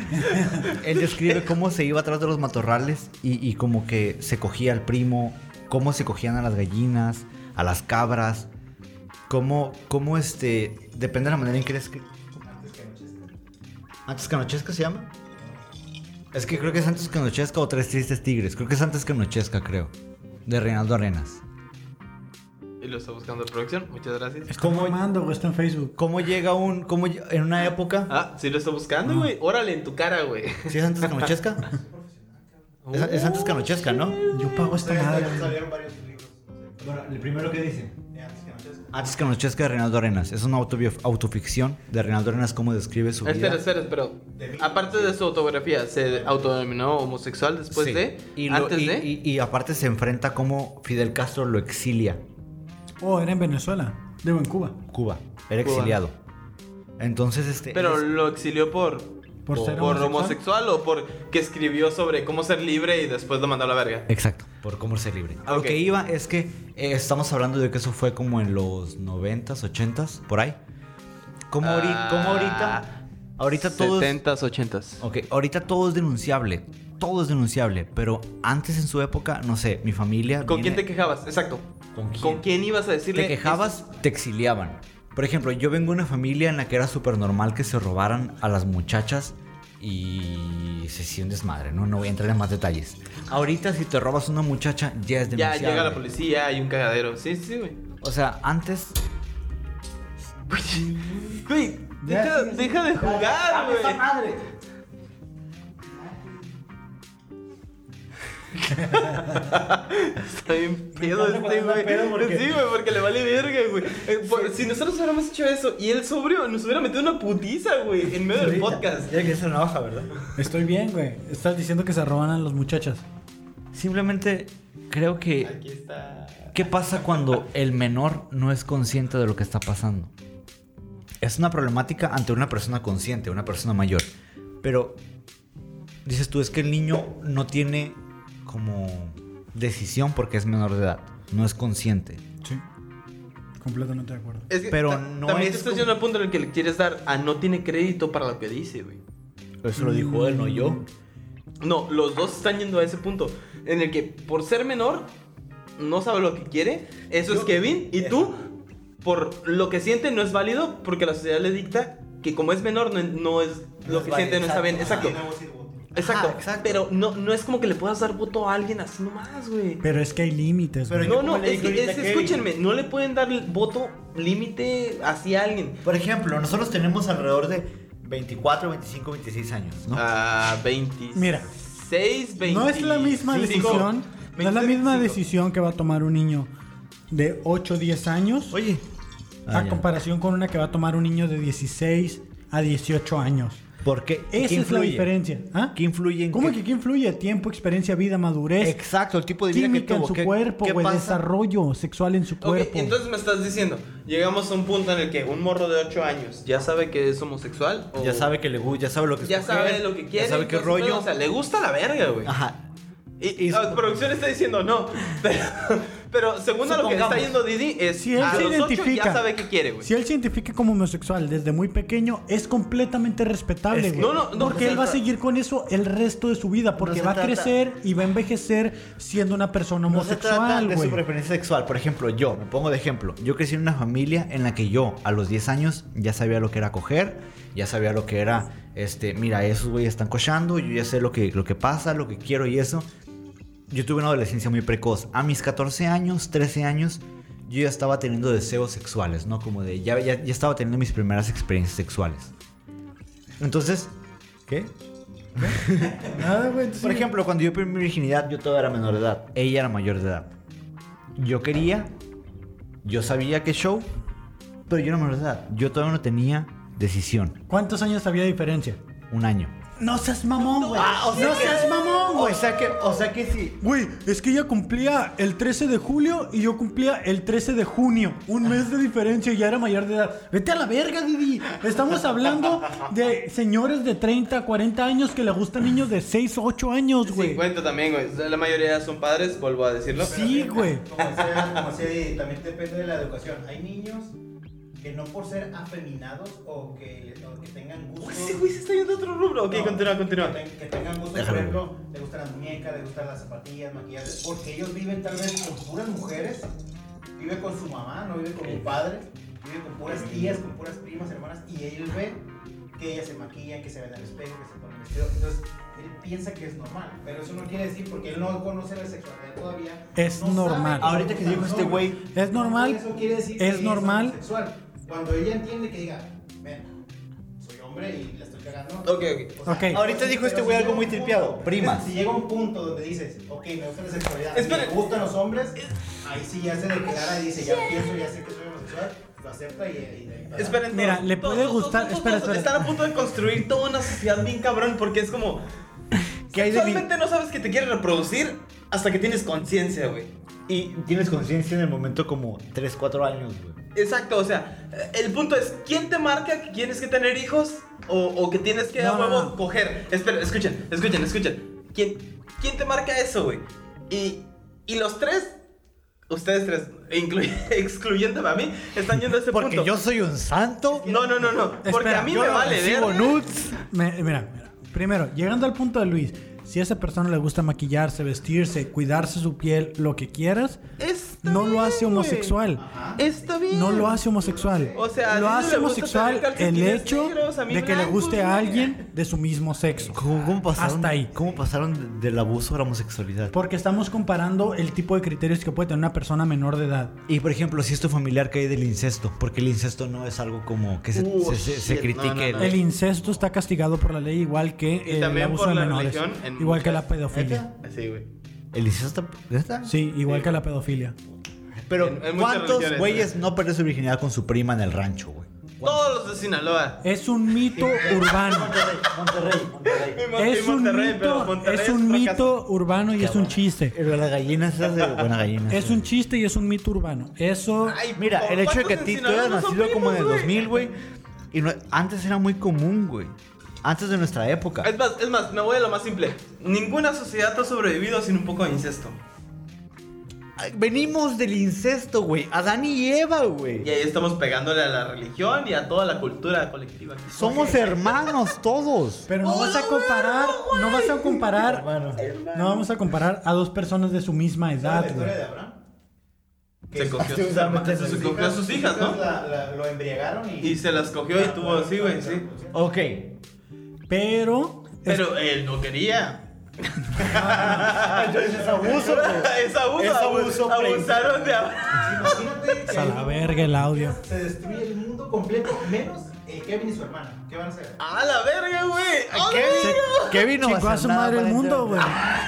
Él describe cómo se iba atrás de los matorrales y como que se cogía al primo, cómo se cogían a las gallinas, a las cabras, cómo depende de la manera en que eres... ¿Antes que anochezca se llama? Es que creo que es Antes que anochezca o Tres Tristes Tigres. Creo que es Antes que anochezca, creo. De Reinaldo Arenas. Y lo está buscando en producción. Muchas gracias. Está mamando, güey. Está en Facebook. ¿Cómo llega en una época... Ah, sí lo está buscando, güey. Órale, en tu cara, güey. ¿Sí es Antes que anochezca? Es Antes que anochezca, ¿no? Yo pago esta madre. Salieron varios libros. No sé. Bueno, el primero que dice. Antes que anochezca. Antes que anochezca de Reinaldo Arenas. Es una autoficción de Reinaldo Arenas, cómo describe su vida. Espera, pero aparte de su autobiografía, ¿se autodenominó homosexual después Sí. de? Y ¿Antes de? y aparte se enfrenta cómo Fidel Castro lo exilia Oh, era en Venezuela. Digo, en Cuba. Cuba. Era Cuba. exiliado. Entonces, Pero lo exilió por ser homosexual o por que escribió sobre cómo ser libre y después lo mandó a la verga. Exacto, por cómo ser libre. A lo Ok. que iba es que estamos hablando de que eso fue como en los 90s, 80s, por ahí. Como ahorita todo es... 70s, 80s. Ok, ahorita todo es denunciable. Todo es denunciable. Pero antes en su época, no sé, mi familia... ¿Con quién viene- te quejabas? Exacto. ¿Con quién? ¿Con quién ibas a decirle? Te quejabas, te exiliaban. Por ejemplo, yo vengo de una familia en la que era súper normal que se robaran a las muchachas y se hacía un desmadre, ¿no? No voy a entrar en más detalles. Ahorita si te robas una muchacha ya es Ya denunciable. llega la policía, hay un cagadero. Sí, güey. O sea, antes... Güey, deja de jugar, güey. Está bien pedo este, güey. Sí, güey, porque le vale verga, güey. Si nosotros hubiéramos hecho eso y él sobrio, nos hubiera metido una putiza, güey, en medio del podcast. Ya que es una navaja, ¿verdad? Estoy bien, güey. Estás diciendo que se roban a las muchachas. Simplemente creo que... Aquí está. ¿Qué pasa cuando el menor no es consciente de lo que está pasando? Es una problemática ante una persona consciente, una persona mayor. Pero dices tú, es que el niño no tiene como decisión porque es menor de edad. No es consciente. Sí. Completamente de acuerdo. Es que Pero no también es te estás como- llegando al punto en el que le quieres dar a no tiene crédito para lo que dice, güey. Eso lo dijo él, no yo. No, los dos están yendo a ese punto en el que por ser menor no sabe lo que quiere. Eso es Kevin. Y tú, por lo que siente, no es válido porque la sociedad le dicta que como es menor no es lo que siente, no está bien. Exacto. Exacto. Ajá, exacto. Pero no es como que le puedas dar voto a alguien así nomás, güey. Pero es que hay límites, Pero güey. yo- No, como le dije ahorita a Kevin. escúchenme, no le pueden dar el voto límite así a alguien. Por ejemplo, nosotros tenemos alrededor de 24, 25, 26 años, ¿no? A 26, Mira, 25. No es la misma decisión. No es la misma decisión que va a tomar un niño de 8 o 10 años Oye. a comparación con una que va a tomar un niño de 16 a 18 años. ¿Por qué? Esa ¿Qué es la influye? diferencia. ¿Ah? ¿Qué influye en ¿Cómo qué? que qué influye? Tiempo, experiencia, vida, madurez, Exacto, el tipo de vida que química en tuvo. su ¿Qué- cuerpo, qué güey, pasa? desarrollo sexual en su Ok, cuerpo. entonces me estás diciendo, llegamos a un punto en el que un morro de 8 años ya sabe que es homosexual. O Ya sabe que le gusta, ya sabe lo que ya escoger, sabe lo que quiere. Ya sabe qué todo ese rollo. pedo, o sea, le gusta la verga, güey. Ajá. Y la producción está diciendo no. Pero según a lo que está Supongamos. yendo Didi, es Si él a se los 8 identifica, ya sabe qué quiere, güey. Si él se identifica como homosexual desde muy pequeño, es completamente respetable, Es que- güey. no, porque se él va a trata- seguir con eso el resto de su vida, porque No se va a trata- crecer y va a envejecer siendo una persona No se trata homosexual, de güey. su preferencia sexual. Por ejemplo, yo, me pongo de ejemplo. Yo crecí en una familia en la que yo, a los 10 años, ya sabía lo que era coger, ya sabía lo que era, mira, esos güeyes están cochando, yo ya sé lo que pasa, lo que quiero y eso. Yo tuve una adolescencia muy precoz. A mis 14 años, 13 años, yo ya estaba teniendo deseos sexuales, ¿no? Como de, ya estaba teniendo mis primeras experiencias sexuales. Entonces, ¿qué? Nada, güey. Por ejemplo, cuando yo perdí mi virginidad, yo todavía era menor de edad. Ella era mayor de edad. Yo quería, yo sabía que show, pero yo era menor de edad. Yo todavía no tenía decisión. ¿Cuántos años había diferencia? Un año. No seas mamón, güey. Ah, o sea no que- seas mamón, güey. O sea que sí. Güey, es que ella cumplía el 13 de julio y yo cumplía el 13 de junio. Un mes de diferencia y ya era mayor de edad. Vete a la verga, Didi. Estamos hablando de señores de 30, 40 años que le gustan niños de 6 o 8 años, güey. 50 también, güey. La mayoría son padres, vuelvo a decirlo. Sí, güey. Como decía, también depende de la educación. Hay niños que no por ser afeminados o que tengan gusto. Ese güey se está yendo a otro rubro. Ok, No, continúa. Que tengan gusto, por Déjalo. ejemplo, le gustan las muñecas, le gustan las zapatillas, maquillajes, porque ellos viven tal vez con puras mujeres, vive con su mamá, no vive con un padre, vive con puras tías, con puras primas, hermanas, y él ve que ellas se maquillan, que se ven al espejo, que se ponen vestido, entonces él piensa que es normal, pero eso no quiere decir porque él no conoce la sexualidad todavía. Es no normal. sabe Ahorita que le dijo gustan este los güey, hombres. es normal, Eso quiere decir es que normal. homosexual. Cuando ella entiende que diga, ven, soy hombre y la estoy cagando. Ok. Ok. Ahorita dijo este güey algo muy tripeado, primas. Si llega un punto donde dices, ok, me gusta la sexualidad, Espera. me gustan los hombres, ahí sí ya se declara y dice, ya pienso, ya sé que soy homosexual, lo acepta y de ahí para Esperen, Mira, todos, le puede todos, gustar- todos, espera, todos espera. Están a punto de construir toda una sociedad bien cabrón porque es como. ¿Qué hay de Sexualmente no sabes que te quieres reproducir hasta que tienes conciencia, güey. Y tienes conciencia en el momento como 3, 4 años, güey. Exacto, o sea, el punto es, ¿quién te marca que tienes que tener hijos o que tienes que a huevo coger? Espera, escuchen. ¿Quién te marca eso, güey? Y los tres, ustedes tres, excluyéndome a mí, están yendo a ese punto. Porque yo soy un santo. No. Porque Espera, a mí yo me no vale Recibo ver. nudes. Mira. Primero, llegando al punto de Luis. Si a esa persona le gusta maquillarse, vestirse, cuidarse su piel, lo que quieras, no lo hace homosexual. Está bien. No lo hace homosexual. O sea, lo a hace Luis le gusta homosexual tener el calcetines hecho negros, a mí de que le blancos, guste a güey. alguien de su mismo sexo. ¿Cómo pasaron? Hasta ahí. ¿Cómo pasaron del abuso a la homosexualidad? Porque estamos comparando el tipo de criterios que puede tener una persona menor de edad. Y por ejemplo, si es tu familiar que hay del incesto, porque el incesto no es algo como que se Shit, critique. no. El incesto está castigado por la ley igual que Y el también abuso por de la menores. religión en Igual que la muchas- pedofilia. Sí, güey. ¿El incesto está? Sí, igual que la pedofilia. Pero En muchas ¿cuántos religiones, güeyes no perdió su virginidad con su prima en el rancho, güey? Todos los de Sinaloa. Es un mito urbano. Y Es un Monterrey, pero mito, Monterrey es un fracaso. mito urbano y es un chiste. La gallina esa de buena gallina. Es un chiste y es un mito urbano. Eso. Ay, Mira, el hecho de que a ¿cuántos ti en tú hayas Sinaloa no son nacido como en el primos, 2000, güey. Y antes era muy común, güey. Antes de nuestra época. Es más, me voy a lo más simple. Ninguna sociedad ha sobrevivido sin un poco de incesto. Venimos del incesto, güey. Adán y Eva, güey. Y ahí estamos pegándole a la religión y a toda la cultura colectiva. Somos hermanos todos. Pero no vas a comparar. No vas a comparar. No vamos a comparar a dos personas de su misma ¿Sabes edad, la historia güey. de Abraham? Se cogió a sus hermanas, se cogió a sus hijas, ¿no? Lo embriagaron Y se las cogió y tuvo así, güey, sí. Ok. Pero. Pero él no quería. Entonces es abuso, güey. Es abuso, Es abuso, abusaron de Abraham. Imagínate que A la verga el audio. se destruye el mundo completo, menos Kevin y su hermana. ¿Qué van a hacer? ¡A la verga, güey! ¡A la Kevin no va Chingó a hacer su nada madre el para mundo, güey.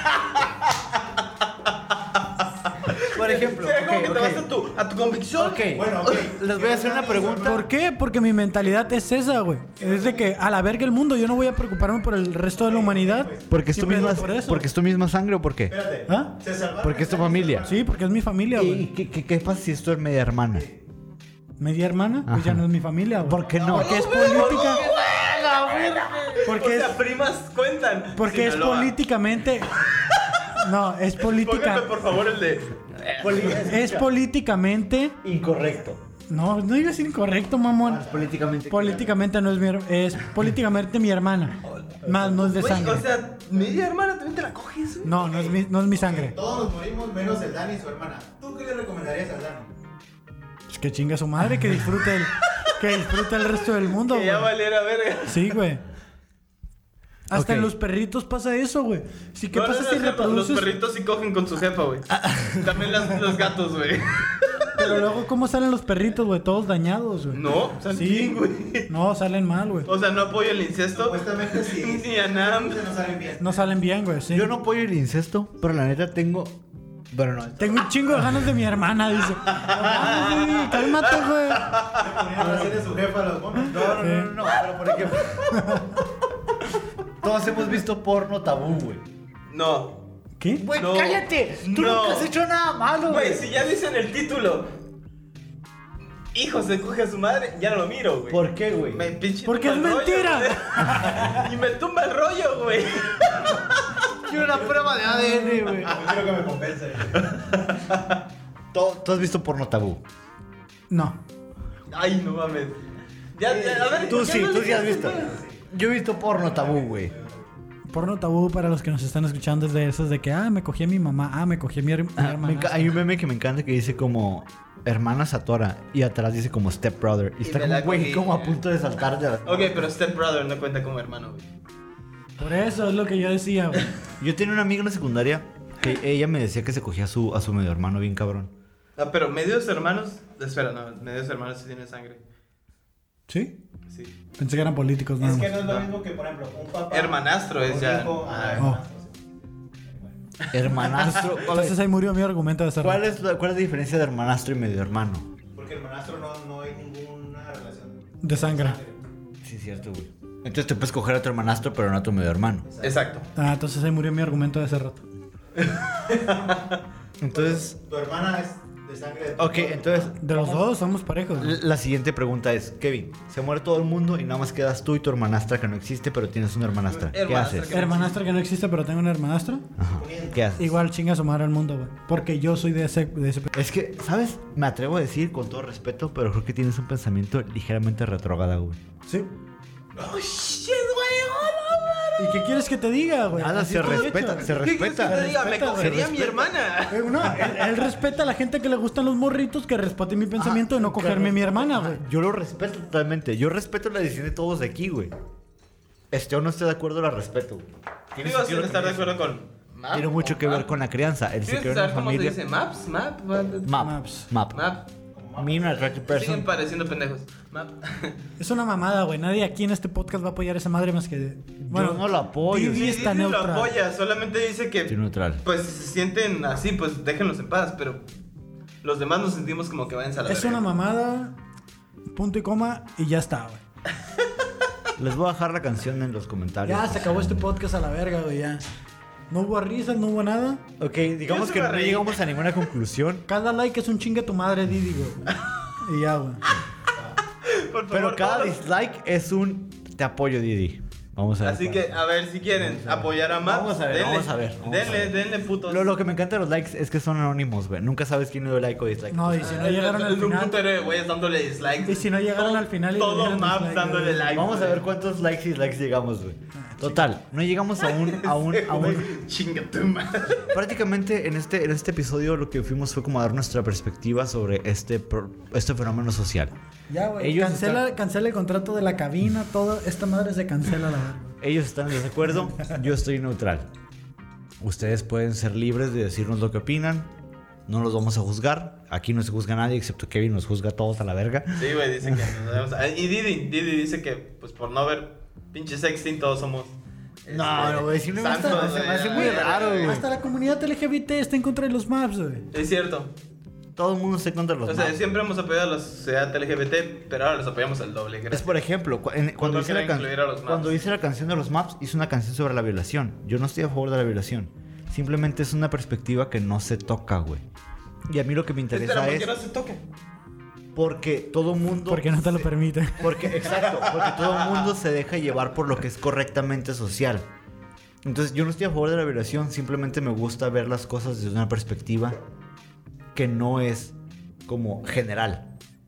Por ejemplo, verga! Como que ok, te vas ok. a tu convicción. Ok, Bueno, ok. les voy a hacer una pregunta. ¿Por qué? Porque mi mentalidad es esa, güey. Es de que a la verga el mundo, yo no voy a preocuparme por el resto de la humanidad. Porque es tu misma, Simplemente por eso. porque es tu misma sangre o por qué? Espérate. ¿Ah? Se salvaron. Porque es tu familia. Sí, porque es mi familia, ¿Y güey. qué pasa si es tu media hermana? Media hermana, pues Ajá. ya no es mi familia, güey. ¿Por qué no? Porque es política. O Porque sea, es, primas cuentan. porque es Sinaloa. políticamente. No, es política. Póngame, por favor, el de. Es políticamente. Incorrecto. No, no digas incorrecto, mamón. Políticamente. Políticamente no es es políticamente mi hermana. Más no es de Güey, sangre. o sea, media hermana también te la coges, güey. No, no es mi sangre. Todos nos morimos menos el Dani y su hermana. ¿Tú qué le recomendarías al Dani? Es que chinga su madre, que disfrute el resto del mundo, Que güey. ya valiera verga. Sí, güey. Hasta Ok. en los perritos pasa eso, güey. Sí, ¿qué No, pasa no, si no, Los reproduces? perritos sí cogen con su jefa, güey. También los gatos, güey. Pero luego, ¿cómo salen los perritos, güey? Todos dañados, güey. No, salen Sí, bien, güey. No, salen mal, güey. O sea, no apoyo el incesto. Supuestamente sí. Ni a nada. No salen bien. No salen bien, güey, sí. Yo no apoyo el incesto, pero la neta tengo. Bueno, no. Tengo un chingo de ganas de mi hermana, dice. Ay, sí, cálmate, güey. Ponían así de su jefa a los monos. No, pero por ejemplo. Todos hemos visto porno tabú, güey. No. ¿Qué? Güey, No. cállate. Tú No. nunca has hecho nada malo, Güey, güey. si ya dicen el título. Hijo se coge a su madre, ya no lo miro, güey. ¿Por qué, güey? Me pinche Porque tumba es el rollo, mentira. güey. Y me tumba el rollo, güey. Quiero una prueba de ADN, güey. Yo quiero que me compense. ¿Tú has visto porno tabú? No. Ay, no mames. Ya, a ver, Tú ¿por qué sí, no tú sí has dices visto. eso? Yo he visto porno tabú, güey. Porno tabú para los que nos están escuchando es de esos de que, me cogí a mi mamá, me cogí a mi hermana. Hay un meme que me encanta que dice como hermana Satora y atrás dice como step brother. Y está me como, la güey, cogí. como a punto de saltar de la... Ok, pero Step Brother no cuenta como hermano, güey. Por eso es lo que yo decía, güey. Yo tenía una amiga en la secundaria que ella me decía que se cogía a su medio hermano bien cabrón. Ah, pero medios hermanos. Espera, no, medios hermanos sí tienen sangre. ¿Sí? Sí. Pensé que eran políticos, nada Es que más. no es lo mismo que, por ejemplo, un papá. Hermanastro es un ya. hijo, Oh. Hermanastro. Entonces ahí murió mi argumento de ser. ¿Cuál es la diferencia de hermanastro y medio hermano? Porque hermanastro no hay ninguna relación. De sangre. Sí, es cierto, güey. Entonces te puedes coger a tu hermanastro, pero no a tu medio hermano. Exacto. Entonces ahí murió mi argumento de hace rato. Entonces, Tu hermana es de sangre de tu ok, entonces De los dos somos parejos. la siguiente pregunta es, Kevin, se muere todo el mundo y nada más quedas tú y tu hermanastra que no existe, pero tienes una hermanastra. ¿Qué Hermanastra haces? que- Hermanastra que no existe, pero tengo una hermanastra. Ajá. ¿Qué haces? Igual chinga su madre al mundo, güey. Porque yo soy de ese. Es que, ¿sabes? Me atrevo a decir con todo respeto, pero creo que tienes un pensamiento ligeramente retrógrado, güey. Sí. Oh, shit, güey. ¿Y qué quieres que te diga, güey? Nada, Así se estoy respeta, hecho. se ¿Qué quieres que respeta. te diga? Me respeta, cogería a mi respeta. hermana. No, él respeta a la gente que le gustan los morritos, que respete mi pensamiento de no cogerme a mi hermana, güey. Yo lo respeto totalmente. Yo respeto la decisión de todos de aquí, güey. O no esté de acuerdo, la respeto, güey. Tiene Digo, sin sentido lo estar que de dices. acuerdo con... Map, Tiene mucho que ver con la crianza. Él se ¿Quieres creó en una saber cómo se familia. dice? ¿Maps? ¿Map? Map. ¿Map? Me an attractive Siguen person. pareciendo pendejos. Map. Es una mamada, güey. Nadie aquí en este podcast va a apoyar a esa madre más que. Bueno, Yo no lo apoyo. Didi Sí, está Disney lo neutral. apoya, solamente dice que... Estoy neutral. Pues si se sienten así, pues déjenlos en paz, pero... Los demás nos sentimos como que vayan a la Es verga. una mamada, punto y coma, y ya está, güey. Les voy a dejar la canción en los comentarios. Ya se acabó este podcast a la verga, güey, ya. No hubo risas, no hubo nada. Ok, digamos Yo que se me no reí. llegamos a ninguna conclusión. Cada like es un chingue tu madre, Didi, güey. Y ya, güey. Por favor, Pero cada todos- dislike es un te apoyo, Didi. Vamos a ver. Así que, a ver, si quieren apoyar a Maps, Vamos a ver, denle, vamos a ver, vamos a ver. denle putos. Lo que me encanta de los likes es que son anónimos, güey. Nunca sabes quién le dio like o dislike. No, y si no llegaron al Es un final. putero de güeyes dándole dislike. Y si no llegaron al final y le Todo dieron Maps dislike, dándole güey. like. Vamos a güey. ver cuántos likes y dislikes llegamos, güey. Total, no llegamos a un Chinga tu madre. prácticamente en este episodio lo que fuimos fue como a dar nuestra perspectiva sobre este fenómeno social. Ya, güey. Ellos Cancela el contrato de la cabina, todo. Esta madre se cancela, la verdad. Ellos están en desacuerdo, yo estoy neutral. Ustedes pueden ser libres de decirnos lo que opinan. No los vamos a juzgar. Aquí no se juzga a nadie, excepto Kevin nos juzga a todos a la verga. Sí, güey, dice que nos debemos- Y Didi dice que, pues por no ver pinche sexting, todos somos. No, güey, si no me santos, gusta, se me hace muy güey. raro, güey. Hasta la comunidad LGBT está en contra de los maps, güey. Es cierto. Todo el mundo está contra los O sea, maps. siempre hemos apoyado a la sociedad LGBT, pero ahora les apoyamos al doble. Es Gracias. por ejemplo, cuando, no hice la quieren incluir a los maps. cuando hice la canción de los maps, hice una canción sobre la violación. Yo no estoy a favor de la violación. Simplemente es una perspectiva que no se toca, güey. Y a mí lo que me Espera, interesa ¿por es qué no se toca? porque todo mundo... Porque no te lo permite. Exacto, porque todo el mundo se deja llevar por lo que es correctamente social. Entonces yo no estoy a favor de la violación, simplemente me gusta ver las cosas desde una perspectiva que no es como general.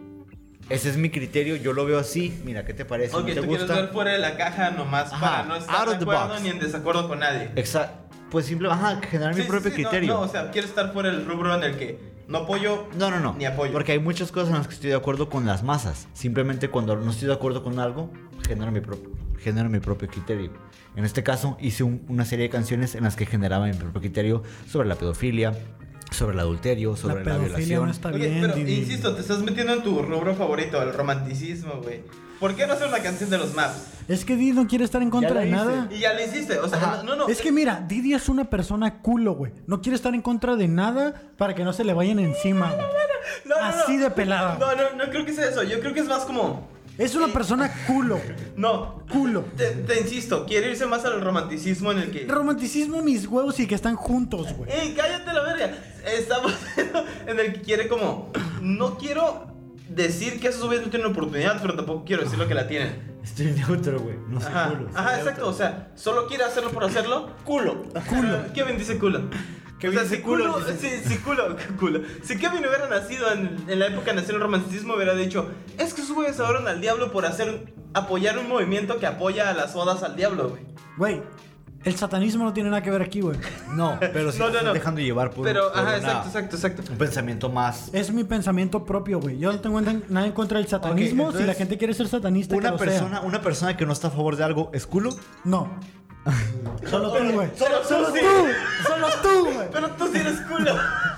Ese es mi criterio, yo lo veo así. Mira, ¿qué te parece? Ok, ¿No te tú quieres gusta? ver fuera de la caja nomás Ajá, para no estar out de of the acuerdo box. ni en desacuerdo con nadie. Exacto. Pues generar mi Sí, propio sí, sí, criterio. No, o sea, quieres estar fuera del rubro en el que no apoyo No. ni apoyo. Porque hay muchas cosas en las que estoy de acuerdo con las masas. Simplemente cuando no estoy de acuerdo con algo, genero mi propio criterio. En este caso, hice una serie de canciones en las que generaba mi propio criterio sobre la pedofilia, sobre el adulterio, sobre la, pedofilia violación. no está Ok, bien, pero Didi. insisto, te estás metiendo en tu rubro favorito, el romanticismo, güey. ¿Por qué no hacer una canción de los maps? Es que Didi no quiere estar en contra la de hice. nada. Y ya lo hiciste, o sea, Ajá. no. Es que mira, Didi es una persona culo, güey. No quiere estar en contra de nada para que no se le vayan encima, güey. No, Así de pelada. No creo que sea eso. Yo creo que es más como. Es una persona culo. No. Culo. Te insisto, quiere irse más al romanticismo en el que. Romanticismo, mis huevos y que están juntos, güey. ¡Ey, cállate la verga! Estamos en el que quiere como. No quiero decir que esos güeyes no tienen oportunidad, pero tampoco quiero decir lo que la tienen. Estoy neutro, güey. No soy Ajá, culo. soy ajá, neutro. exacto. O sea, solo quiere hacerlo por hacerlo. Culo. Kevin dice culo. Kevin o sea, dice si culo, culo, si culo. Si Kevin hubiera nacido en la época nació el romanticismo, hubiera dicho: es que esos güeyes adoran al diablo por apoyar un movimiento que apoya a las odas al diablo, güey. Güey, el satanismo no tiene nada que ver aquí, güey. No, pero sí No, te no, estás no. dejando llevar por, Pero, por ajá, una- exacto. un pensamiento más. Es mi pensamiento propio, güey. Yo no tengo nada en contra del satanismo. Ok, entonces, si la gente quiere ser satanista, que lo sea. una persona que no está a favor de algo es culo. No. Solo tú, güey. Solo tú, sí. Solo tú, güey. Pero tú sí eres culo.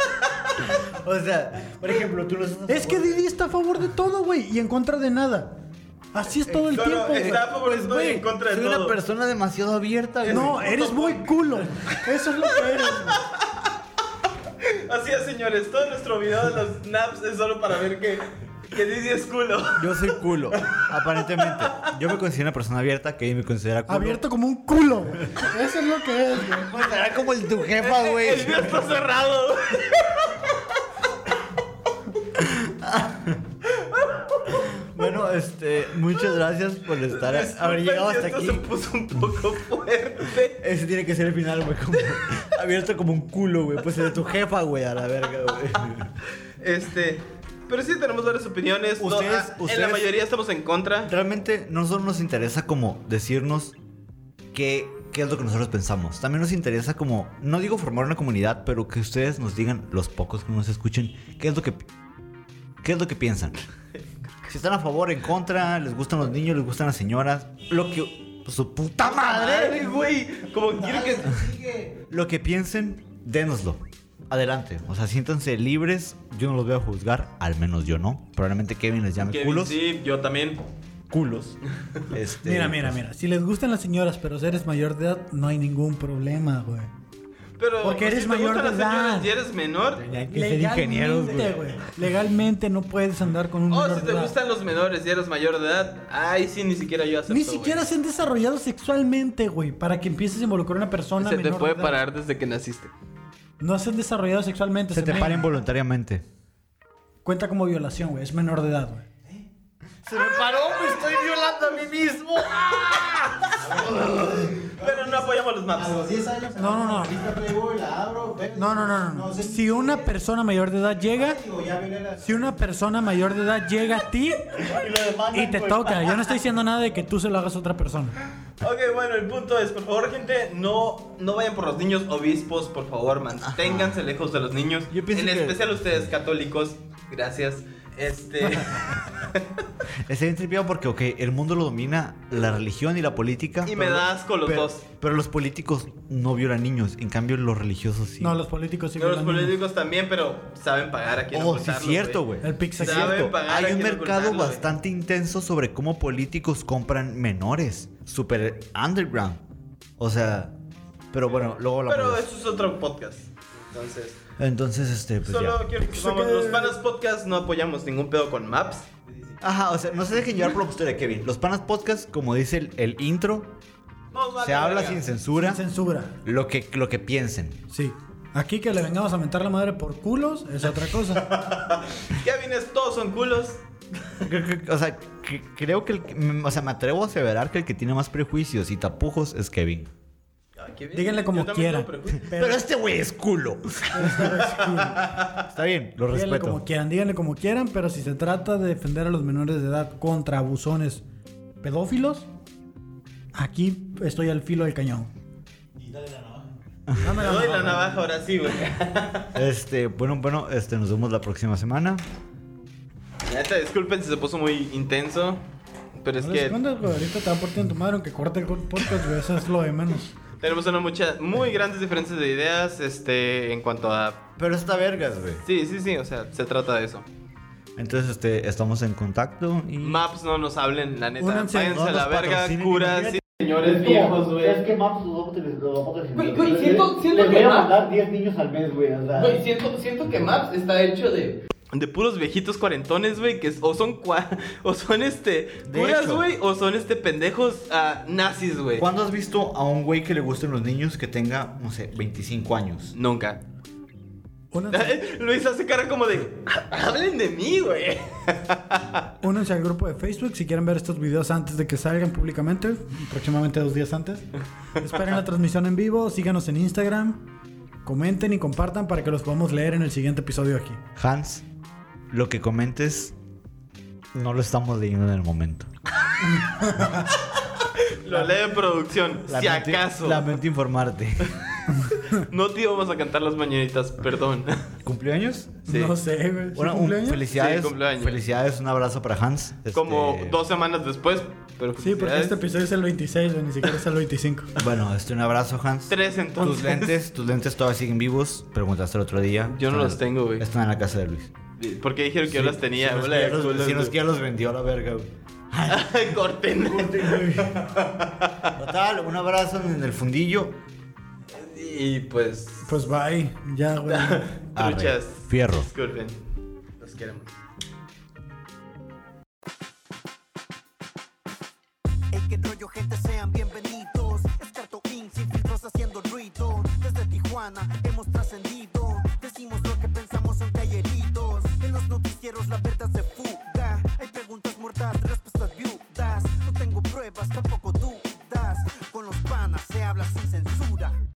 O sea, por ejemplo, tú no estás a Es que favor de- Didi está a favor de todo, güey. Y en contra de nada. Así es todo el No, tiempo, güey. está a favor de todo y Güey, en contra de soy todo. una persona demasiado abierta, güey. No, eres muy culo. Eso es lo que eres, güey. Así es, señores. Todo nuestro video de los naps es solo para ver que Que sí es culo. Yo soy culo, aparentemente. Yo me considero una persona abierta, que me considera culo. Abierto como un culo, güey. Eso es lo que es, güey. Pues será como el tu jefa, güey. El mío está cerrado. Bueno, muchas gracias por haber llegado hasta Esto aquí. se puso un poco fuerte. Ese tiene que ser el final, güey. Como, abierto como un culo, güey. Pues de tu jefa, güey, a la verga, güey. Pero sí tenemos varias opiniones. En la mayoría estamos en contra. Realmente no solo nos interesa como decirnos qué es lo que nosotros pensamos. También nos interesa como, no digo formar una comunidad, pero que ustedes nos digan, los pocos que nos escuchen, qué es lo que piensan. Si están a favor, en contra, les gustan los niños, les gustan las señoras, lo que... Pues, su puta madre, güey. Como quiero que... Lo que piensen, dénoslo. Adelante. O sea, siéntanse libres. Yo no los voy a juzgar. Al menos yo no. Probablemente Kevin les llame Kevin, culos. sí, yo también. Culos. Mira. Si les gustan las señoras, pero eres mayor de edad, no hay ningún problema, güey. Pero porque eres si mayor te gustan de las señoras edad. y eres menor. Tenían que ser ingenieros, güey. Legalmente no puedes andar con un menor Si de te edad. gustan los menores y eres mayor de edad. Ay, sí, ni siquiera yo acepto. Ni siquiera se han desarrollado sexualmente, güey, para que empieces a involucrar a una persona Se te menor puede de edad. parar desde que naciste. No se han desarrollado sexualmente. Se te me- paren voluntariamente. Cuenta como violación, güey. Es menor de edad, güey. Se me paró, me estoy violando a mí mismo. Pero no apoyamos los maps. A los 10 años. No. Ahorita Playboy, la abro. ve- No. sé- Si una persona mayor de edad llega, Digo, ya violé la- si una persona mayor de edad llega a ti y te toca, yo no estoy diciendo nada de que tú se lo hagas a otra persona. Ok, bueno, el punto es, por favor, gente, no vayan por los niños obispos, por favor, manténganse lejos de los niños. Yo pienso en que- especial ustedes, católicos. Gracias. Está bien tripeado porque, ok, el mundo lo domina la religión y la política. Y me da asco los dos. Pero los políticos no violan niños. En cambio, los religiosos sí. No, los políticos sí Pero los violan niños. políticos también, pero saben pagar a quien Oh, sí, es cierto, güey. El Pixar. Es Saben cierto. pagar a Hay un quien mercado ocultarlo, güey. bastante intenso sobre cómo políticos compran menores. Super underground. O sea, pero bueno, luego hablamos Pero de eso. eso es otro podcast. Entonces, pues Solo ya. quiero que sepamos, los Panas Podcast no apoyamos ningún pedo con maps. Ajá, o sea, no se dejen llevar por la postura de Kevin. Los Panas Podcast, como dice el intro, Nos vale se habla verga. sin censura. Sin censura. Lo que piensen. Sí. Aquí que le vengamos a mentar la madre por culos es otra cosa. Kevin, todos son culos. O sea, creo que o sea, me atrevo a aseverar que el que tiene más prejuicios y tapujos es Kevin. Kevin, Díganle como yo también quieran. tengo prejuicios. Pero este güey es culo. Está bien, lo Díganle respeto. díganle como quieran, pero si se trata de defender a los menores de edad contra abusones pedófilos, aquí estoy al filo del cañón. Dame Me doy la navaja ahora sí, güey. Bueno, nos vemos la próxima semana. Neta, disculpen si se puso muy intenso. Pero es No les que escondas, güey. Ahorita te va a partir en tu madre aunque corte el podcast, güey. Eso es lo de menos. tenemos muy grandes diferencias de ideas en cuanto a... Pero está vergas, güey. Sí, o sea, se trata de eso. Entonces, estamos en contacto y... Maps no nos hablen, la neta. Únanse, Váyanse no a la nos verga, patrocinen, curas. imagínate. Señores viejos, güey. Es que Maps lo vamos a recibir. Güey, siento Les que voy a Maps- mandar 10 niños al mes, güey. O sea, Güey, siento que Maps está hecho de... De puros viejitos cuarentones, güey, que o son curas, hecho. güey, o son pendejos nazis, güey. ¿Cuándo has visto a un güey que le gusten los niños que tenga, no sé, 25 años? Nunca. Únanse, Luis hace cara como de, hablen de mí, güey. únanse al grupo de Facebook si quieren ver estos videos antes de que salgan públicamente, aproximadamente 2 días antes. Esperen la transmisión en vivo, síganos en Instagram, comenten y compartan para que los podamos leer en el siguiente episodio aquí. Hans, lo que comentes no lo estamos leyendo en el momento. Lo lee en producción, si acaso. Lamento informarte. No te íbamos a cantar las mañanitas, perdón. ¿Cumpleaños? Sí. No sé, güey. ¿Sí Bueno, cumpleaños? felicidades. Sí, cumpleaños. Felicidades, un abrazo para Hans. Como 2 semanas después, pero Sí, porque felicidades. este episodio es el 26, güey, ni siquiera es el 25. Bueno, un abrazo, Hans. 3 entonces. Tus lentes todavía siguen vivos. Preguntaste el otro día. Yo no Están los tengo, güey. Están en la casa de Luis. Porque dijeron que yo las tenía, Si nos güey. que ya los vendió a la verga, güey. Corten. Total, un abrazo en el fundillo. Y pues, Pues bye, ya, güey. Arre. truchas. Fierro. Disculpen. Los queremos. Tijuana hemos trascendido. Decimos lo que pensamos aunque hay heridos. En los noticieros la verdad